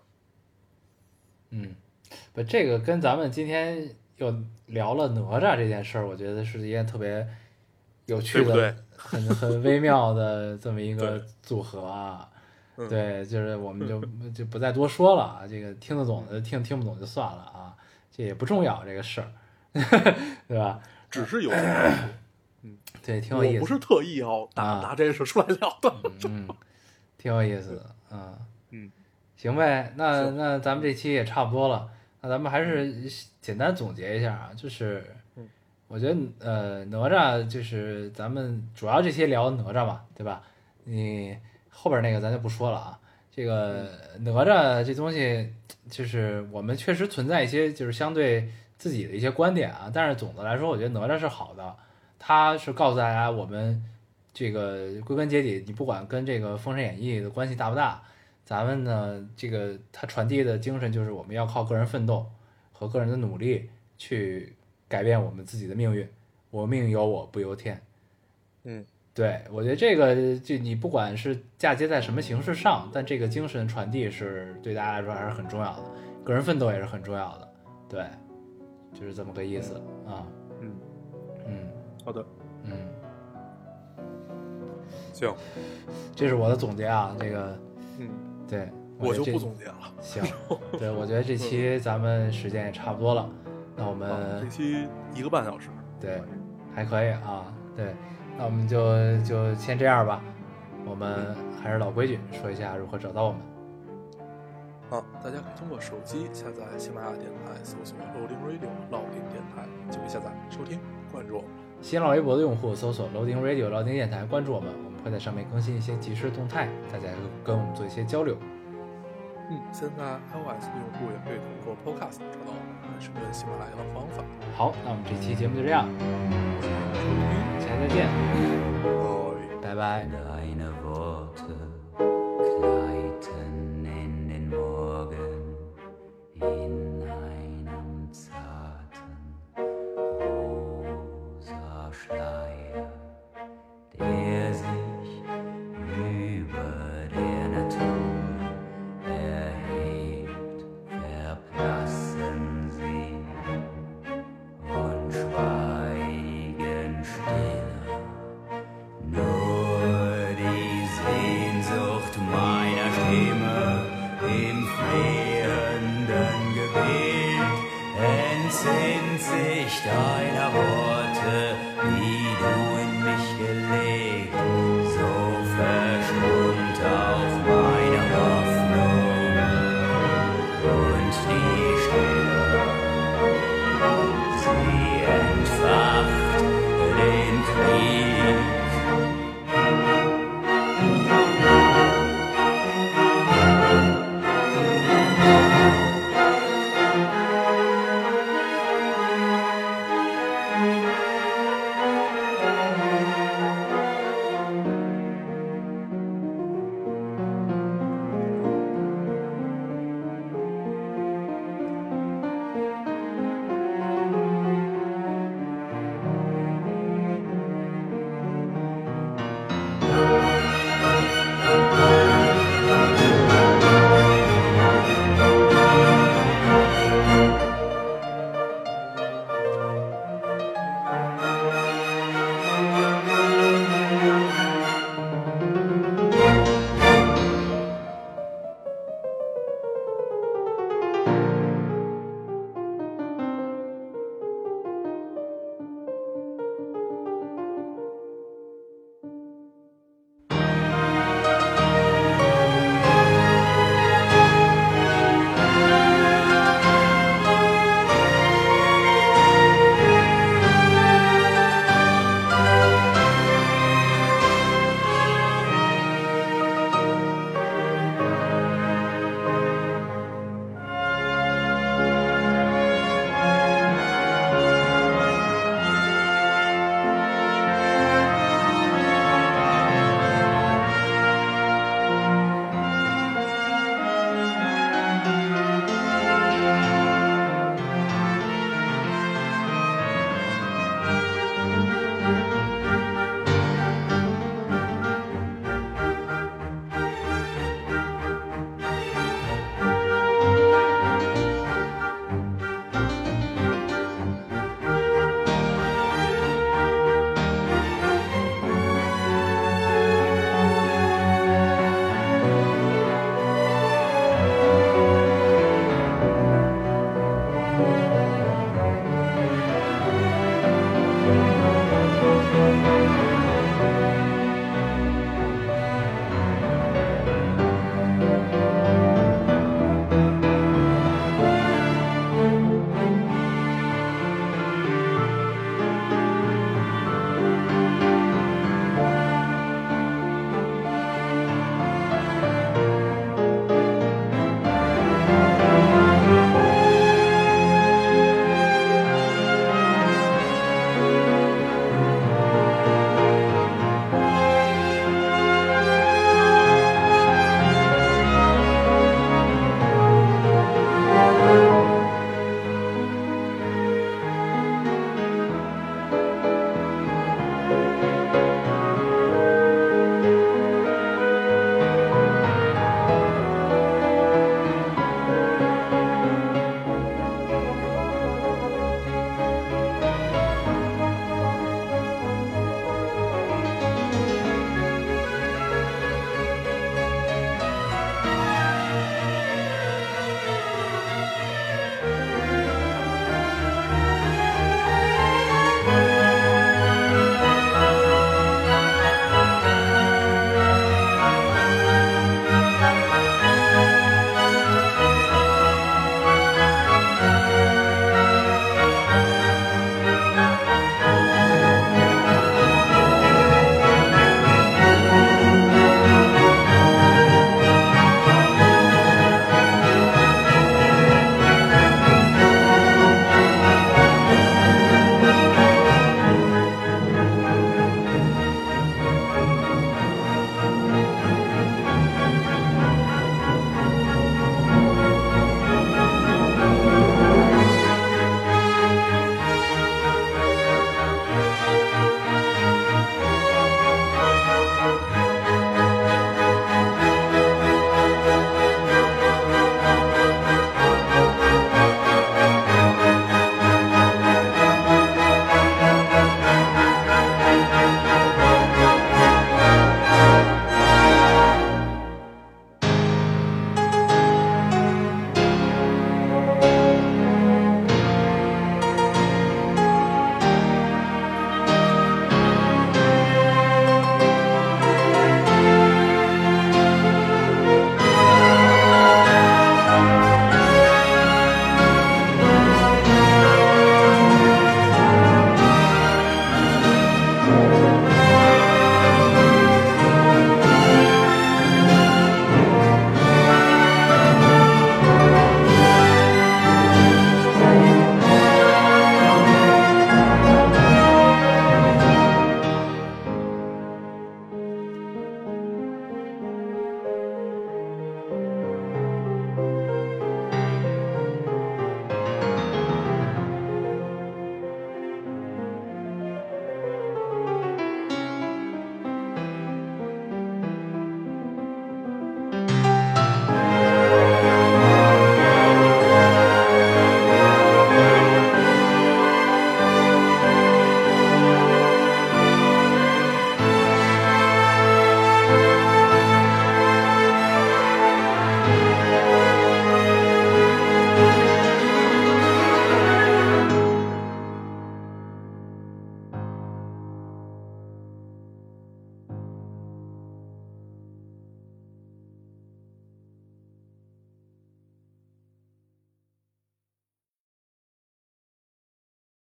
不，这个跟咱们今天又聊了哪吒这件事儿，我觉得是一件特别有趣的、 对不对？ 很微妙的这么一个组合啊。对，就是我们就不再多说了啊。这个听得懂的听不懂就算了啊，这也不重要这个事儿，对吧？ 只是有些对，挺有意思。 我不是特意拿这个事出来聊的。 挺有意思的。行呗，那咱们这期也差不多了，那咱们还是简单总结一下啊，就是我觉得哪吒就是咱们主要这些聊哪吒嘛，对吧？你后边那个咱就不说了啊。这个哪吒这东西，就是我们确实存在一些就是相对自己的一些观点啊，但是总的来说，我觉得哪吒是好的，它是告诉大家我们这个归根结底，你不管跟这个《封神演义》的关系大不大。咱们呢，这个它传递的精神就是我们要靠个人奋斗和个人的努力去改变我们自己的命运，我命由我不由天。对，我觉得这个就你不管是嫁接在什么形式上，但这个精神传递是对大家来说还是很重要的，个人奋斗也是很重要的。对，就是这么个意思啊。 好的。行， 这是我的总结啊，这个。对， 我就不总结了。 行，对，我觉得这期咱们时间也差不多了，那我们这期1个半小时， 对，还可以啊。对，那我们就先这样吧。我们还是老规矩，说一下如何找到我们。 大家可以通过手机下载喜马拉雅电台，搜索 Loading Radio 老丁电台，就可以下载收听，关注我们。 新浪微博的用户搜索 Loading Radio 老丁电台，关注我们，我们会在上面更新一些即时动态，大家跟我们做一些交流。 现在 iOS 的用户也可以通过 Podcast 找到我们，询问喜马拉雅的方法。 好，那我们这期节目就这样，下期再见，拜拜。